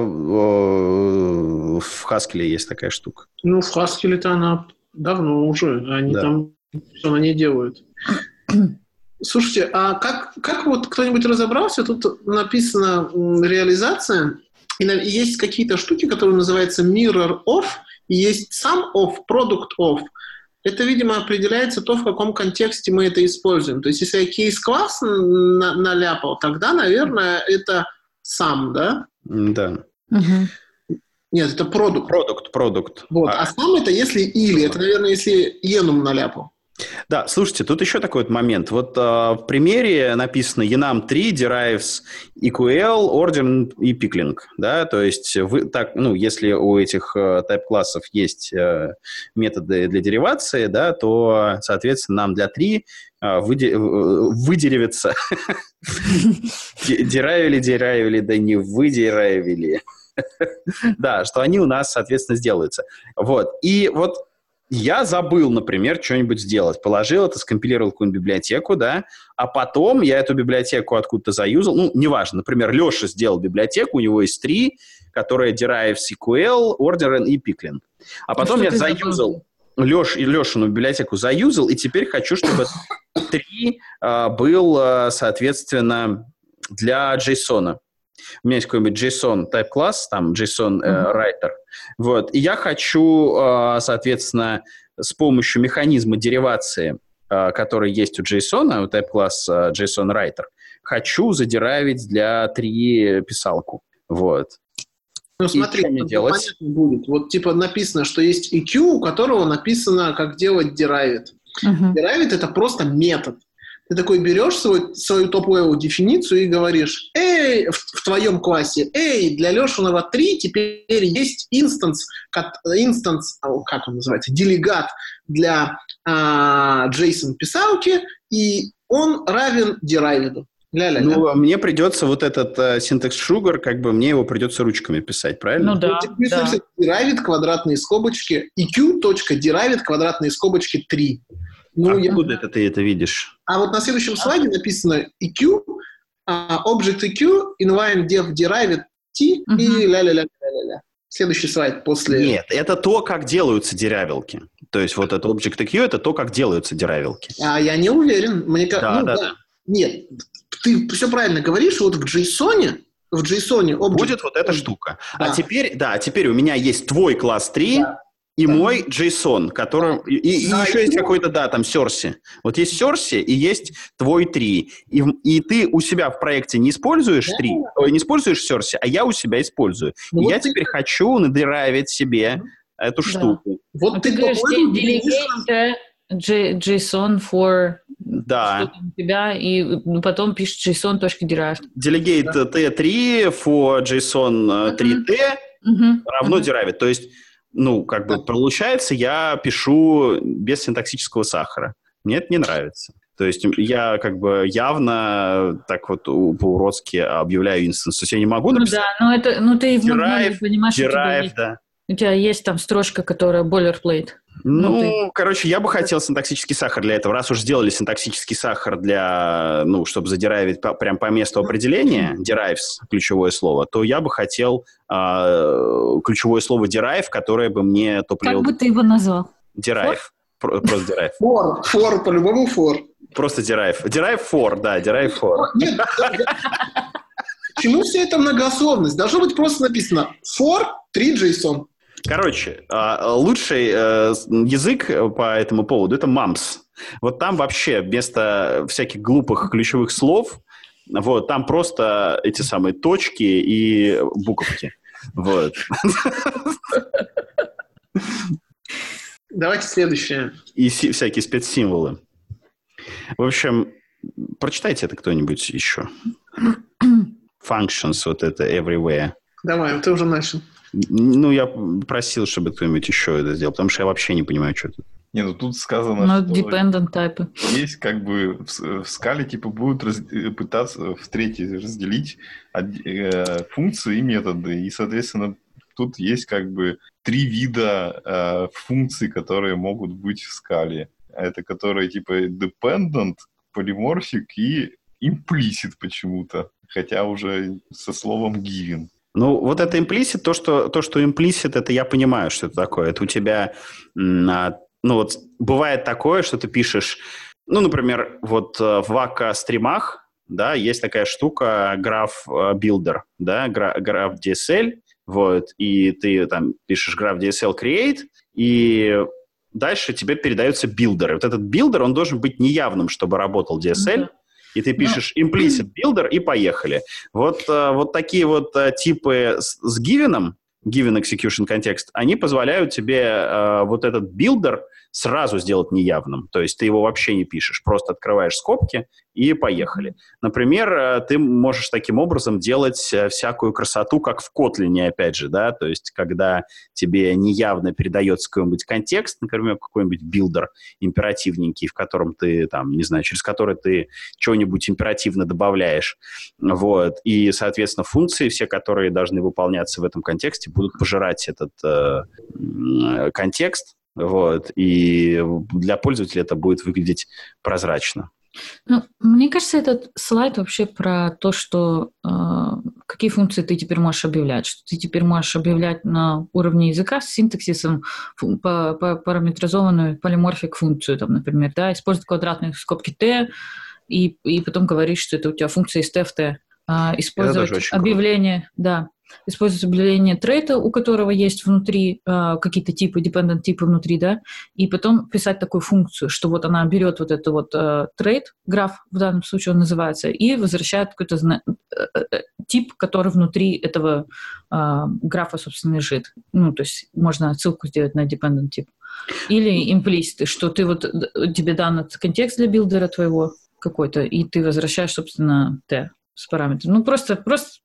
в Haskell есть такая штука. В Haskell-то она давно уже, они там все на ней делают. Слушайте, а как вот кто-нибудь разобрался? Тут написано реализация, и есть какие-то штуки, которые называются mirror of, и есть sum of, product of. Это, видимо, определяется то, в каком контексте мы это используем. То есть, если я кейс-класс наляпал, тогда, наверное, это sum, да? Да. Нет, это product. Product. Вот. А sum это если или. Это, наверное, если enum наляпал. Да, слушайте, тут еще такой вот момент. Вот в примере написано enum 3 derives EQL, order и pickling, да, то есть если у этих type-классов есть методы для деривации, да, то, соответственно, нам для 3 выдеревится. Деравили, да не выдеравили. Да, что они у нас, соответственно, сделаются. Вот, и вот я забыл, например, что-нибудь сделать. Положил это, скомпилировал какую-нибудь библиотеку, да, а потом я эту библиотеку откуда-то заюзал. Неважно. Например, Леша сделал библиотеку, у него есть 3, которые derives SQL, order и pickling. А потом я заюзал Лешину библиотеку заюзал, и теперь хочу, чтобы 3 был, соответственно, для JSON. У меня есть какой-нибудь JSON type класс, там JSON writer. Вот. И я хочу, соответственно, с помощью механизма деривации, который есть у JSON, у type класс JSON writer, хочу задеравить для 3 писалку. Вот. Смотри, что мне делать? Будет. Вот типа написано, что есть EQ, у которого написано, как делать derived. Derived — это просто метод. Ты такой берешь свою топ-левел дефиницию и говоришь: в твоем классе, для Лешиного 3 теперь есть инстанс, как он называется, делегат для JSON-писалки, и он равен derived. Мне придется вот этот syntax sugar, мне его придется ручками писать, правильно? Да. Derived, квадратные скобочки, EQ.derived, квадратные скобочки 3. Откуда ты это видишь? А вот на следующем слайде написано EQ, Object EQ, inline dev derived T и ля-ля-ля-ля-ля. Следующий слайд после... Нет, это то, как делаются деравилки. То есть вот это Object EQ, это то, как делаются деравилки. Я не уверен. Да. Нет, ты все правильно говоришь. Вот в JSON будет вот эта штука. Да. А теперь у меня есть твой класс 3, и мой JSON, который... И еще есть какой-то, там, Source. Вот есть Source и есть твой 3. И ты у себя в проекте не используешь 3, не используешь Source, а я у себя использую. И я теперь хочу надеравить себе эту штуку. Вот ты говоришь, delegate JSON for что-то у тебя, и потом пишешь JSON.derived. Delegate T3 for JSON 3T равно derived. То есть получается, я пишу без синтаксического сахара. Мне это не нравится. То есть я явно так вот по-уродски объявляю инстанс. То есть я не могу написать... ты в модуле понимаешь, derived, да. У тебя есть там строчка, которая boilerplate. Короче, я бы хотел синтаксический сахар для этого. Раз уж сделали синтаксический сахар для, чтобы задерайвить прям по месту определения, derives, ключевое слово, то я бы хотел ключевое слово derive, которое бы мне топлило... Как бы ты его назвал? Derive. Просто derive. For, по-любому for. Просто derive. Derive for, да, derive for. Нет, почему вся эта многословность? Должно быть просто написано for 3 JSON. Короче, лучший язык по этому поводу – это MAMS. Вот там вообще вместо всяких глупых ключевых слов, вот, там просто эти самые точки и буковки. Вот. Давайте следующее. И всякие спецсимволы. В общем, прочитайте это кто-нибудь еще. Functions, вот это everywhere. Давай, ты уже начал. Я просил, чтобы кто-нибудь еще это сделал, потому что я вообще не понимаю, что это. Тут сказано, что dependent type. Есть как бы в скале будут пытаться в-третьей разделить функции и методы. И, соответственно, тут есть как бы 3 вида функций, которые могут быть в скале. Это которые типа dependent, polymorphic и implicit почему-то. Хотя уже со словом given. Вот это implicit, то, что implicit, это я понимаю, что это такое. Это у тебя, бывает такое, что ты пишешь, например, вот в Вака-стримах, да, есть такая штука Graph Builder, да, Graph DSL, вот, и ты там пишешь Graph DSL create, и дальше тебе передается билдер. И вот этот билдер, он должен быть неявным, чтобы работал DSL, и ты пишешь implicit builder, и поехали. Вот такие вот типы с given execution context, они позволяют тебе вот этот builder сразу сделать неявным. То есть ты его вообще не пишешь, просто открываешь скобки и поехали. Например, ты можешь таким образом делать всякую красоту, как в Kotlin, опять же, да, то есть когда тебе неявно передается какой-нибудь контекст, например, какой-нибудь билдер императивненький, в котором ты, там, не знаю, через который ты что-нибудь императивно добавляешь, вот, и, соответственно, функции все, которые должны выполняться в этом контексте, будут пожирать этот контекст, вот, и для пользователя это будет выглядеть прозрачно. Мне кажется, этот слайд вообще про то, что какие функции ты теперь можешь объявлять. Что ты теперь можешь объявлять на уровне языка с синтаксисом параметризованную полиморфик функцию, там, например, да, использовать квадратные скобки t, и потом говорить, что это у тебя функция из t в t. Использовать объявление, да. Используется объявление трейта, у которого есть внутри какие-то типы, dependent типы внутри, да, и потом писать такую функцию, что вот она берет вот это вот трейт, граф в данном случае он называется, и возвращает какой-то тип, который внутри этого графа, собственно, лежит. То есть можно отсылку сделать на dependent тип. Или implicit, что ты вот, тебе дан контекст для билдера твоего какой-то, и ты возвращаешь, собственно, t с параметром. Просто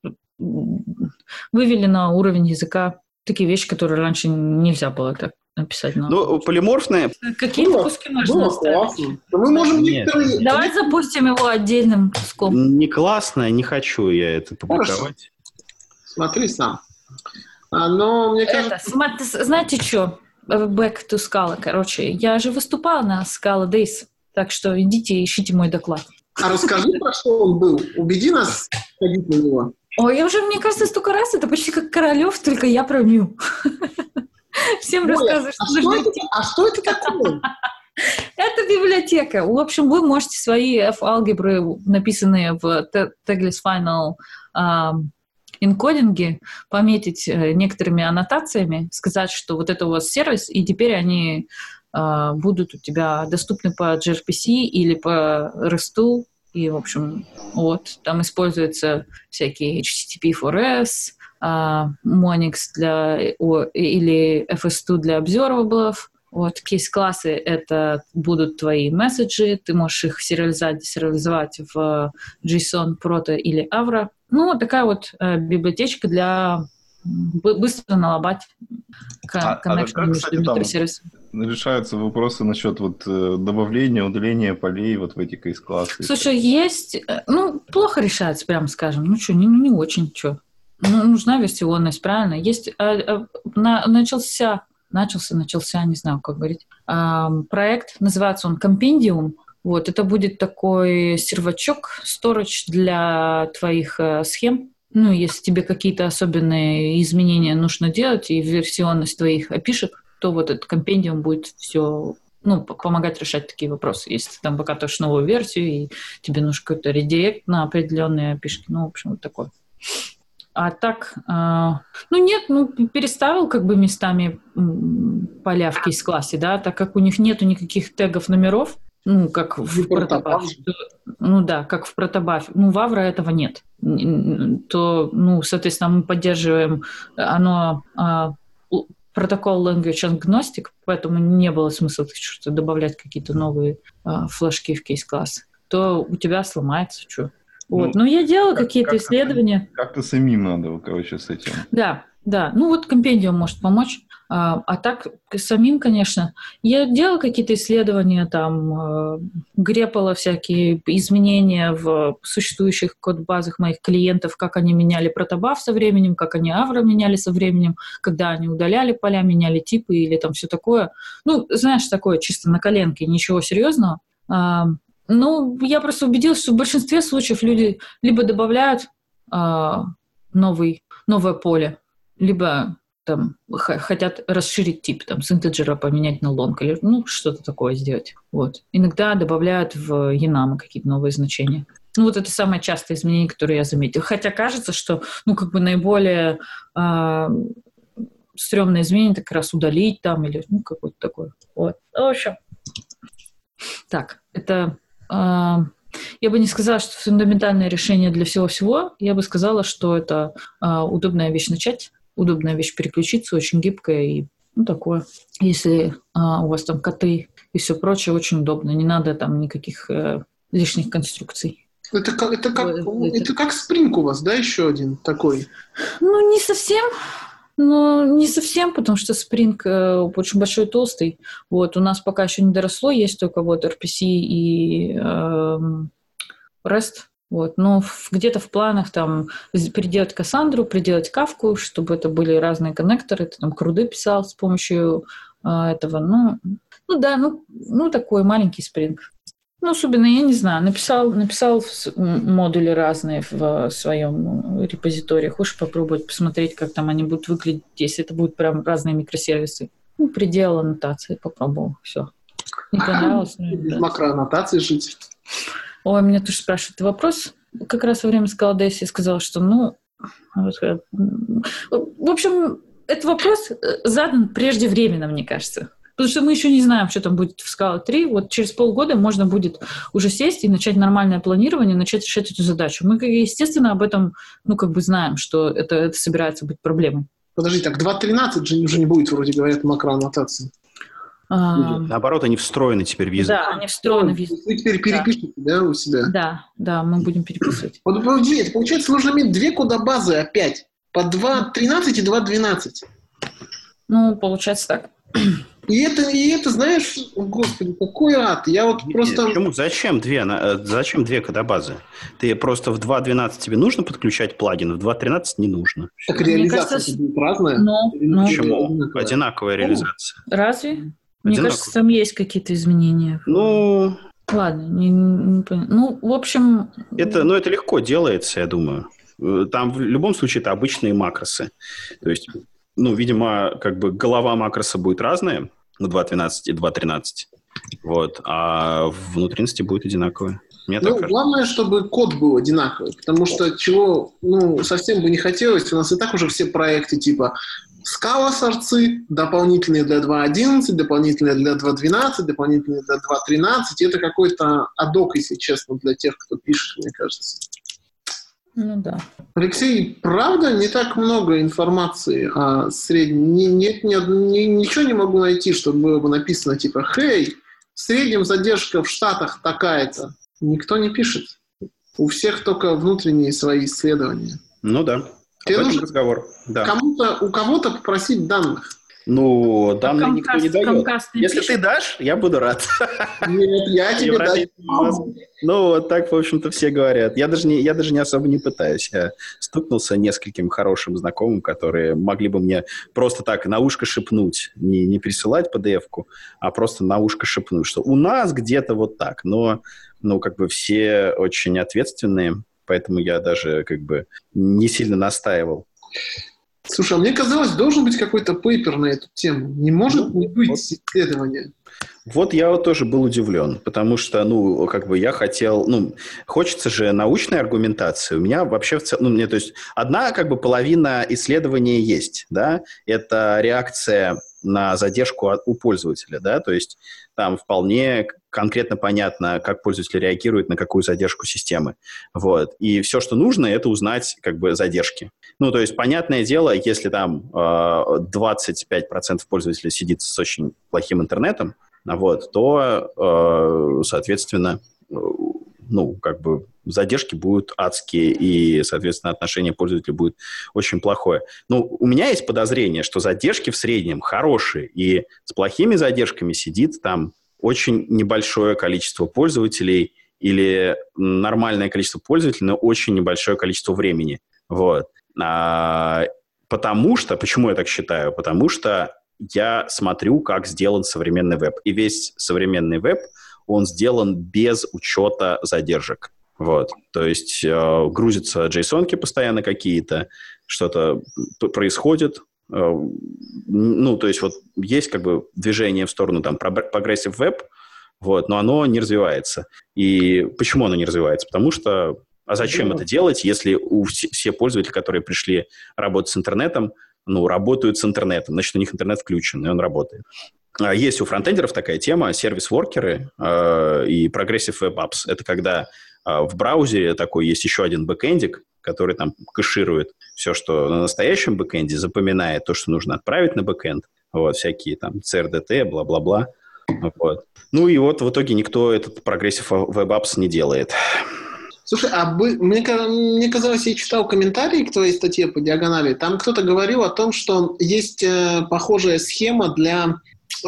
вывели на уровень языка такие вещи, которые раньше нельзя было так написать. Полиморфные... Какие куски можно оставить? Мы можем Давай запустим его отдельным куском. Не классно, не хочу я это публиковать. Смотри сам. Но мне кажется... Знаете что? Back to Scala, короче. Я же выступала на Scala Days, так что идите ищите мой доклад. А расскажи, про что он был. Убеди нас ходить на него. Ой, я уже, мне кажется, столько раз, это почти как Королёв, только я про Мю. Всем рассказываю, что что это такое? Это библиотека. В общем, вы можете свои F-алгебры, написанные в Tagless Final энкодинге, пометить некоторыми аннотациями, сказать, что вот это у вас сервис, и теперь они будут у тебя доступны по gRPC или по REST. И, в общем, вот, там используются всякие HTTP4S, Monix или FS2 для observables. Вот, кейс-классы — это будут твои месседжи, ты можешь их сериализовать, десериализовать в JSON, Proto или Avro. Такая вот библиотечка для быстро налобать коннекшн между микросервисами. Решаются вопросы насчет добавления, удаления полей в эти кейс-классы. Слушай, есть... плохо решается, прямо скажем. Не очень, что. нужна версионность, правильно? Есть начался, не знаю, как говорить, проект, называется он Compendium. Вот, это будет такой сервачок, storage для твоих схем. Ну, если тебе какие-то особенные изменения нужно делать и версионность твоих опишек, то вот этот Compendium будет все, помогать решать такие вопросы. Если ты там выкатываешь новую версию, и тебе нужен какой-то редирект на определенные опишки, в общем, вот такое. А так, переставил как бы местами поля в кейс-классе, да, так как у них нету никаких тегов номеров, как в протобафе. Как в протобафе. В Авро этого нет. То, соответственно, мы поддерживаем протокол Language Agnostic, поэтому не было смысла что-то добавлять какие-то новые флажки в кейс-класс. То у тебя сломается, что. Вот. Я делала какие-то исследования. Как-то самим надо, с этим. Да. Compendium может помочь. А так, самим, конечно. Я делала какие-то исследования, грепала всякие изменения в существующих код-базах моих клиентов, как они меняли протобаф со временем, как они Авро меняли со временем, когда они удаляли поля, меняли типы или все такое. Знаешь, такое чисто на коленке, ничего серьезного. Я просто убедилась, что в большинстве случаев люди либо добавляют новое поле, либо хотят расширить тип, с интеджера поменять на long, или что-то такое сделать. Вот. Иногда добавляют в Enum какие-то новые значения. Вот это самое частое изменение, которое я заметила. Хотя кажется, что наиболее стрёмное изменение это как раз удалить или какое-то такое. Вот. В общем, так, это... Я бы не сказала, что фундаментальное решение для всего-всего. Я бы сказала, что это удобная вещь начать, удобная вещь переключиться, очень гибкая и такое. Если у вас коты и все прочее, очень удобно. Не надо никаких лишних конструкций. Это как Spring у вас, да, еще один такой? Не совсем. Не совсем, потому что Spring очень большой и толстый. Вот, у нас пока еще не доросло, есть только RPC и REST. Вот, но где-то в планах переделать Кассандру, переделать Кафку, чтобы это были разные коннекторы. Ты круды писал с помощью этого. Такой маленький Spring. Особенно, я не знаю, написал модули разные в своем репозитории. Хочешь попробовать посмотреть, как они будут выглядеть, если это будут прям разные микросервисы. Приделал аннотации, попробовал, все. Не понравилось? Без макроаннотации жить. Ой, меня тоже спрашивают вопрос. Как раз во время Scala.ds я сказала, что, в общем, этот вопрос задан преждевременно, мне кажется. Потому что мы еще не знаем, что там будет в Scala 3. Вот через полгода можно будет уже сесть и начать нормальное планирование, начать решать эту задачу. Мы, естественно, об этом, знаем, что это собирается быть проблемой. Подожди, так 2.13 же уже не будет, вроде говорят, макроаннотации. Наоборот, они встроены теперь в язык. Да, они встроены в язык. Вы теперь перепишите, да, у себя? Да, мы будем переписывать. Вот, получается, нужно иметь две кодобазы опять. По 2.13 и 2.12. Получается так. И это, знаешь, господи, какой ад. Я вот просто... Почему? Зачем две кодобазы? Ты просто в 2.12 тебе нужно подключать плагин, в 2.13 не нужно. Так реализация будет разная? Почему? Одинаковая реализация. Разве? Мне кажется, там есть какие-то изменения. Ладно, не понял. В общем... Это легко делается, я думаю. Там в любом случае это обычные макросы. То есть... видимо, голова макроса будет разная на 2.12 и 2.13, вот, а внутренности будет одинаковая. Главное, чтобы код был одинаковый, потому что чего совсем бы не хотелось, у нас и так уже все проекты типа Scala сорцы, дополнительные для 2.11, дополнительные для 2.12, дополнительные для 2.13, это какой-то адок, если честно, для тех, кто пишет, мне кажется. Да. Алексей, правда, не так много информации о среднем? Ничего не могу найти, чтобы было бы написано типа «Хей, в среднем задержка в Штатах такая-то». Никто не пишет. У всех только внутренние свои исследования. Да. Об этом разговор. Да. У кого-то попросить данных. Ну, данные никто не дает. Comcast не Если пишет? ты дашь, я буду рад. Нет, я тебе дать не могу. Ну, вот так, в общем-то, все говорят. Я даже не особо не пытаюсь. Я стукнулся нескольким хорошим знакомым, которые могли бы мне просто так на ушко шепнуть. Не присылать PDF-ку, а просто на ушко шепнуть, что у нас где-то вот так. Но, ну, как бы все очень ответственные, поэтому я даже как бы не сильно настаивал. Слушай, а мне казалось, должен быть какой-то пейпер на эту тему. Не может не быть исследования. Вот я вот тоже был удивлен, потому что, ну, как бы я хотел, ну, хочется же научной аргументации. У меня вообще в целом, ну, мне, то есть, одна, как бы, половина исследования есть, да, это реакция на задержку у пользователя, да, то есть там вполне конкретно понятно, как пользователь реагирует на какую задержку системы, вот, и все, что нужно, это узнать, как бы, задержки. Ну, то есть, понятное дело, если там 25% пользователей сидит с очень плохим интернетом, вот, то, соответственно, ну, как бы задержки будут адские, и, соответственно, отношение пользователя будет очень плохое. Ну, у меня есть подозрение, что задержки в среднем хорошие, и с плохими задержками сидит там очень небольшое количество пользователей или нормальное количество пользователей, но очень небольшое количество времени. Вот. Потому что, почему я так считаю? Потому что я смотрю, как сделан современный веб. И весь современный веб, он сделан без учета задержек. Вот. То есть грузятся JSON-ки постоянно какие-то, что-то происходит. Ну, то есть вот есть как бы движение в сторону там progressive web, вот, но оно не развивается. И почему оно не развивается? Потому что а зачем это делать, если все пользователи, которые пришли работать с интернетом, ну, работают с интернетом, значит, у них интернет включен, и он работает. Есть у фронтендеров такая тема, сервис-воркеры и Progressive Web Apps. Это когда в браузере такой есть еще один бэкэндик, который там кэширует все, что на настоящем бэкэнде, запоминает то, что нужно отправить на бэкэнд, вот, всякие там CRDT, бла-бла-бла. Вот. Ну и вот в итоге никто этот Progressive Web Apps не делает. Слушай, мне казалось, я читал комментарии к твоей статье по диагонали. Там кто-то говорил о том, что есть похожая схема для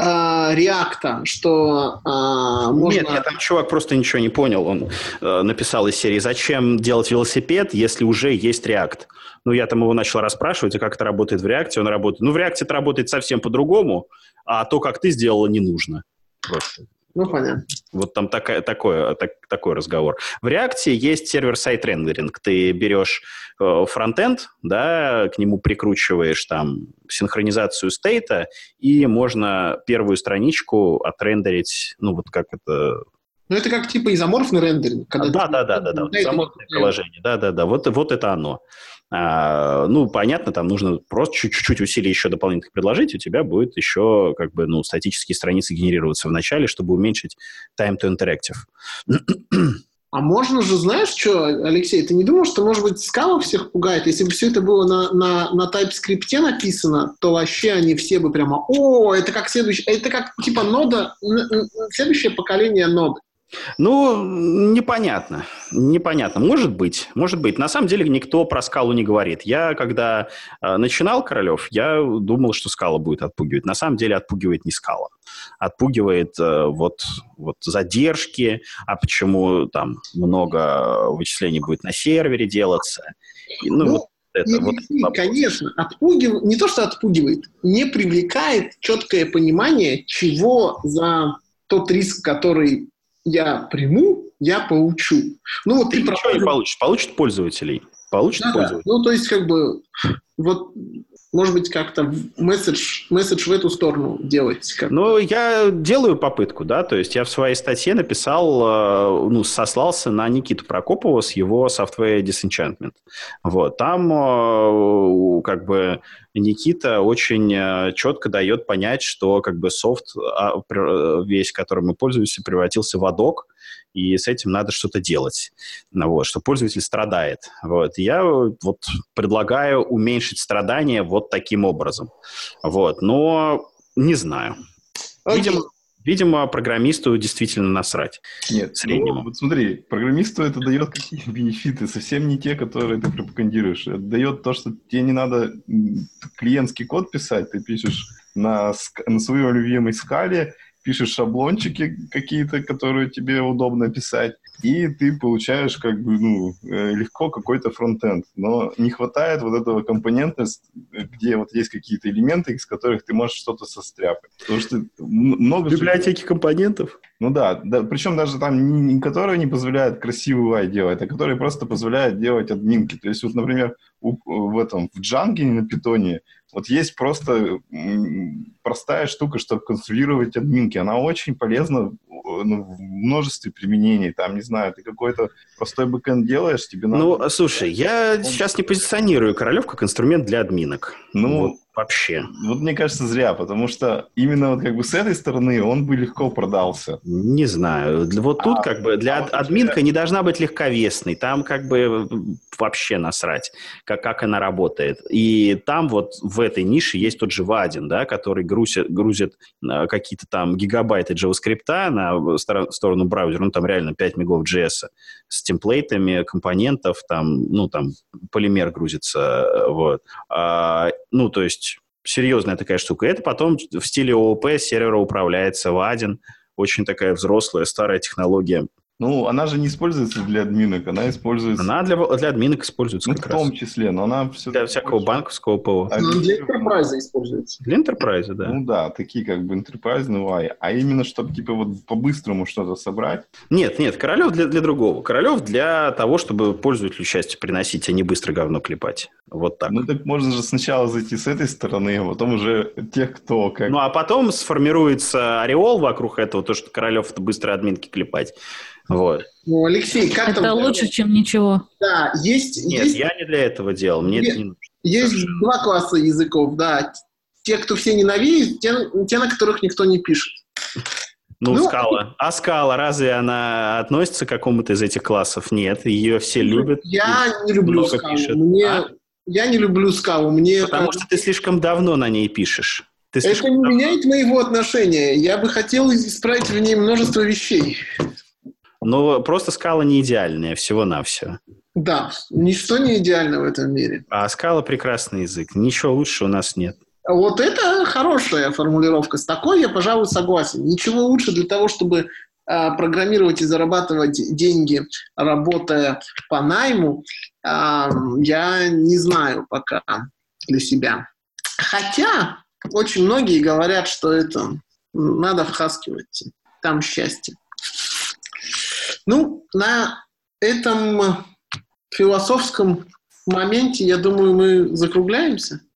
React, что можно... Нет, там чувак просто ничего не понял. Он написал из серии: «Зачем делать велосипед, если уже есть React?» Ну, я там его начал расспрашивать, а как это работает в React. Он работает... Ну, в React это работает совсем по-другому, а то, как ты сделала, не нужно. Просто. Ну, понятно. Вот там такой разговор. В React есть сервер-сайд рендеринг. Ты берешь фронтенд, да, к нему прикручиваешь там синхронизацию стейта, и можно первую страничку отрендерить, ну, вот как это... Ну, это как типа изоморфный рендеринг. Да. Изоморфное приложение. Да. Вот это оно. Ну, понятно, там нужно просто чуть-чуть усилий еще дополнительных предложить, у тебя будет еще как бы, ну, статические страницы генерироваться в начале, чтобы уменьшить time to interactive. А можно же, знаешь что, Алексей, ты не думал, что, может быть, Scala всех пугает? Если бы все это было на TypeScript написано, то вообще они все бы прямо, это как типа нода, следующее поколение ноды. Ну, непонятно. Может быть. На самом деле никто про скалу не говорит. Я, когда начинал Королев, я думал, что скала будет отпугивать. На самом деле отпугивает не скала. Отпугивает вот задержки, а почему там много вычислений будет на сервере делаться. Конечно, отпугивает, не то, что отпугивает, не привлекает четкое понимание, чего за тот риск, который я приму, я получу. Ну, вот ты ничего не получишь. Получат пользователей. Да. Ну, то есть, как бы, вот, может быть, как-то месседж в эту сторону делать. Ну, я делаю попытку, да, то есть я в своей статье написал, сослался на Никиту Прокопова с его Software Disenchantment. Вот, там, как бы, Никита очень четко дает понять, что, как бы, софт, весь, которым мы пользуемся, превратился в адок, и с этим надо что-то делать, вот, что пользователь страдает. Вот. Я вот предлагаю уменьшить страдания вот таким образом. Вот. Но не знаю. Видимо, программисту действительно насрать. Нет, среднему. Вот смотри, программисту это дает какие бенефиты, совсем не те, которые ты пропагандируешь. Это дает то, что тебе не надо клиентский код писать, ты пишешь на своей любимой скале, пишешь шаблончики какие-то, которые тебе удобно писать, и ты получаешь как бы легко какой-то фронтенд. Но не хватает вот этого компонента, где вот есть какие-то элементы, из которых ты можешь что-то состряпать. Потому что много... Библиотеки компонентов? Ну да, причем даже там не которые не позволяют красивый UI делать, а которые просто позволяют делать админки. То есть вот, например, в Django на Python вот есть просто простая штука, чтобы конструировать админки. Она очень полезна в множестве применений. Там, не знаю, ты какой-то простой бэкэнд делаешь, тебе надо... Ну, слушай, я сейчас не позиционирую Королев как инструмент для админок. Вот, вообще. Вот мне кажется, зря, потому что именно вот как бы с этой стороны он бы легко продался. Не знаю. Вот тут как бы для админка не должна быть легковесной. Там как бы вообще насрать, как она работает. И там вот в этой нише есть тот же Vaadin, да, который грузит какие-то там гигабайты JavaScript на сторону браузера. Ну, там реально 5 мегов JS с темплейтами компонентов. Там, там полимер грузится. Вот. То есть серьезная такая штука. Это потом в стиле ООП сервера управляется Vaadin. Очень такая взрослая, старая технология. Ну, она же не используется для админок, она используется... Она для админок используется как раз. В том числе, но она все... Для всякого банковского ПО. Для Enterprise используется. Для Enterprise, да. Ну да, такие как бы Enterprise UI. А именно, чтобы типа вот по-быстрому что-то собрать? Нет, Королев для другого. Королев для того, чтобы пользователю счастье приносить, а не быстро говно клепать. Вот так. Ну так можно же сначала зайти с этой стороны, а потом уже тех, кто как... Ну а потом сформируется ореол вокруг этого, то, что Королев это быстро админки клепать. Вот. Ну, Алексей, как это там... лучше, чем ничего. Да, есть... Нет, я не для этого делал, мне это не нужно. Есть совершенно. Два класса языков, да. Те, кто все ненавидят, те, на которых никто не пишет. Скала. А скала, разве она относится к какому-то из этих классов? Нет, ее все любят. Я не люблю скалу. Я не люблю скалу. Потому что ты слишком давно на ней пишешь. Это не меняет моего отношения. Я бы хотел исправить в ней множество вещей. Но просто скала не идеальная, всего-навсего. Да, ничто не идеально в этом мире. А скала прекрасный язык. Ничего лучше у нас нет. Вот это хорошая формулировка. С такой я, пожалуй, согласен. Ничего лучше для того, чтобы программировать и зарабатывать деньги, работая по найму, я не знаю пока для себя. Хотя очень многие говорят, что это надо в Haskell идти. Там счастье. На этом философском моменте, я думаю, мы закругляемся.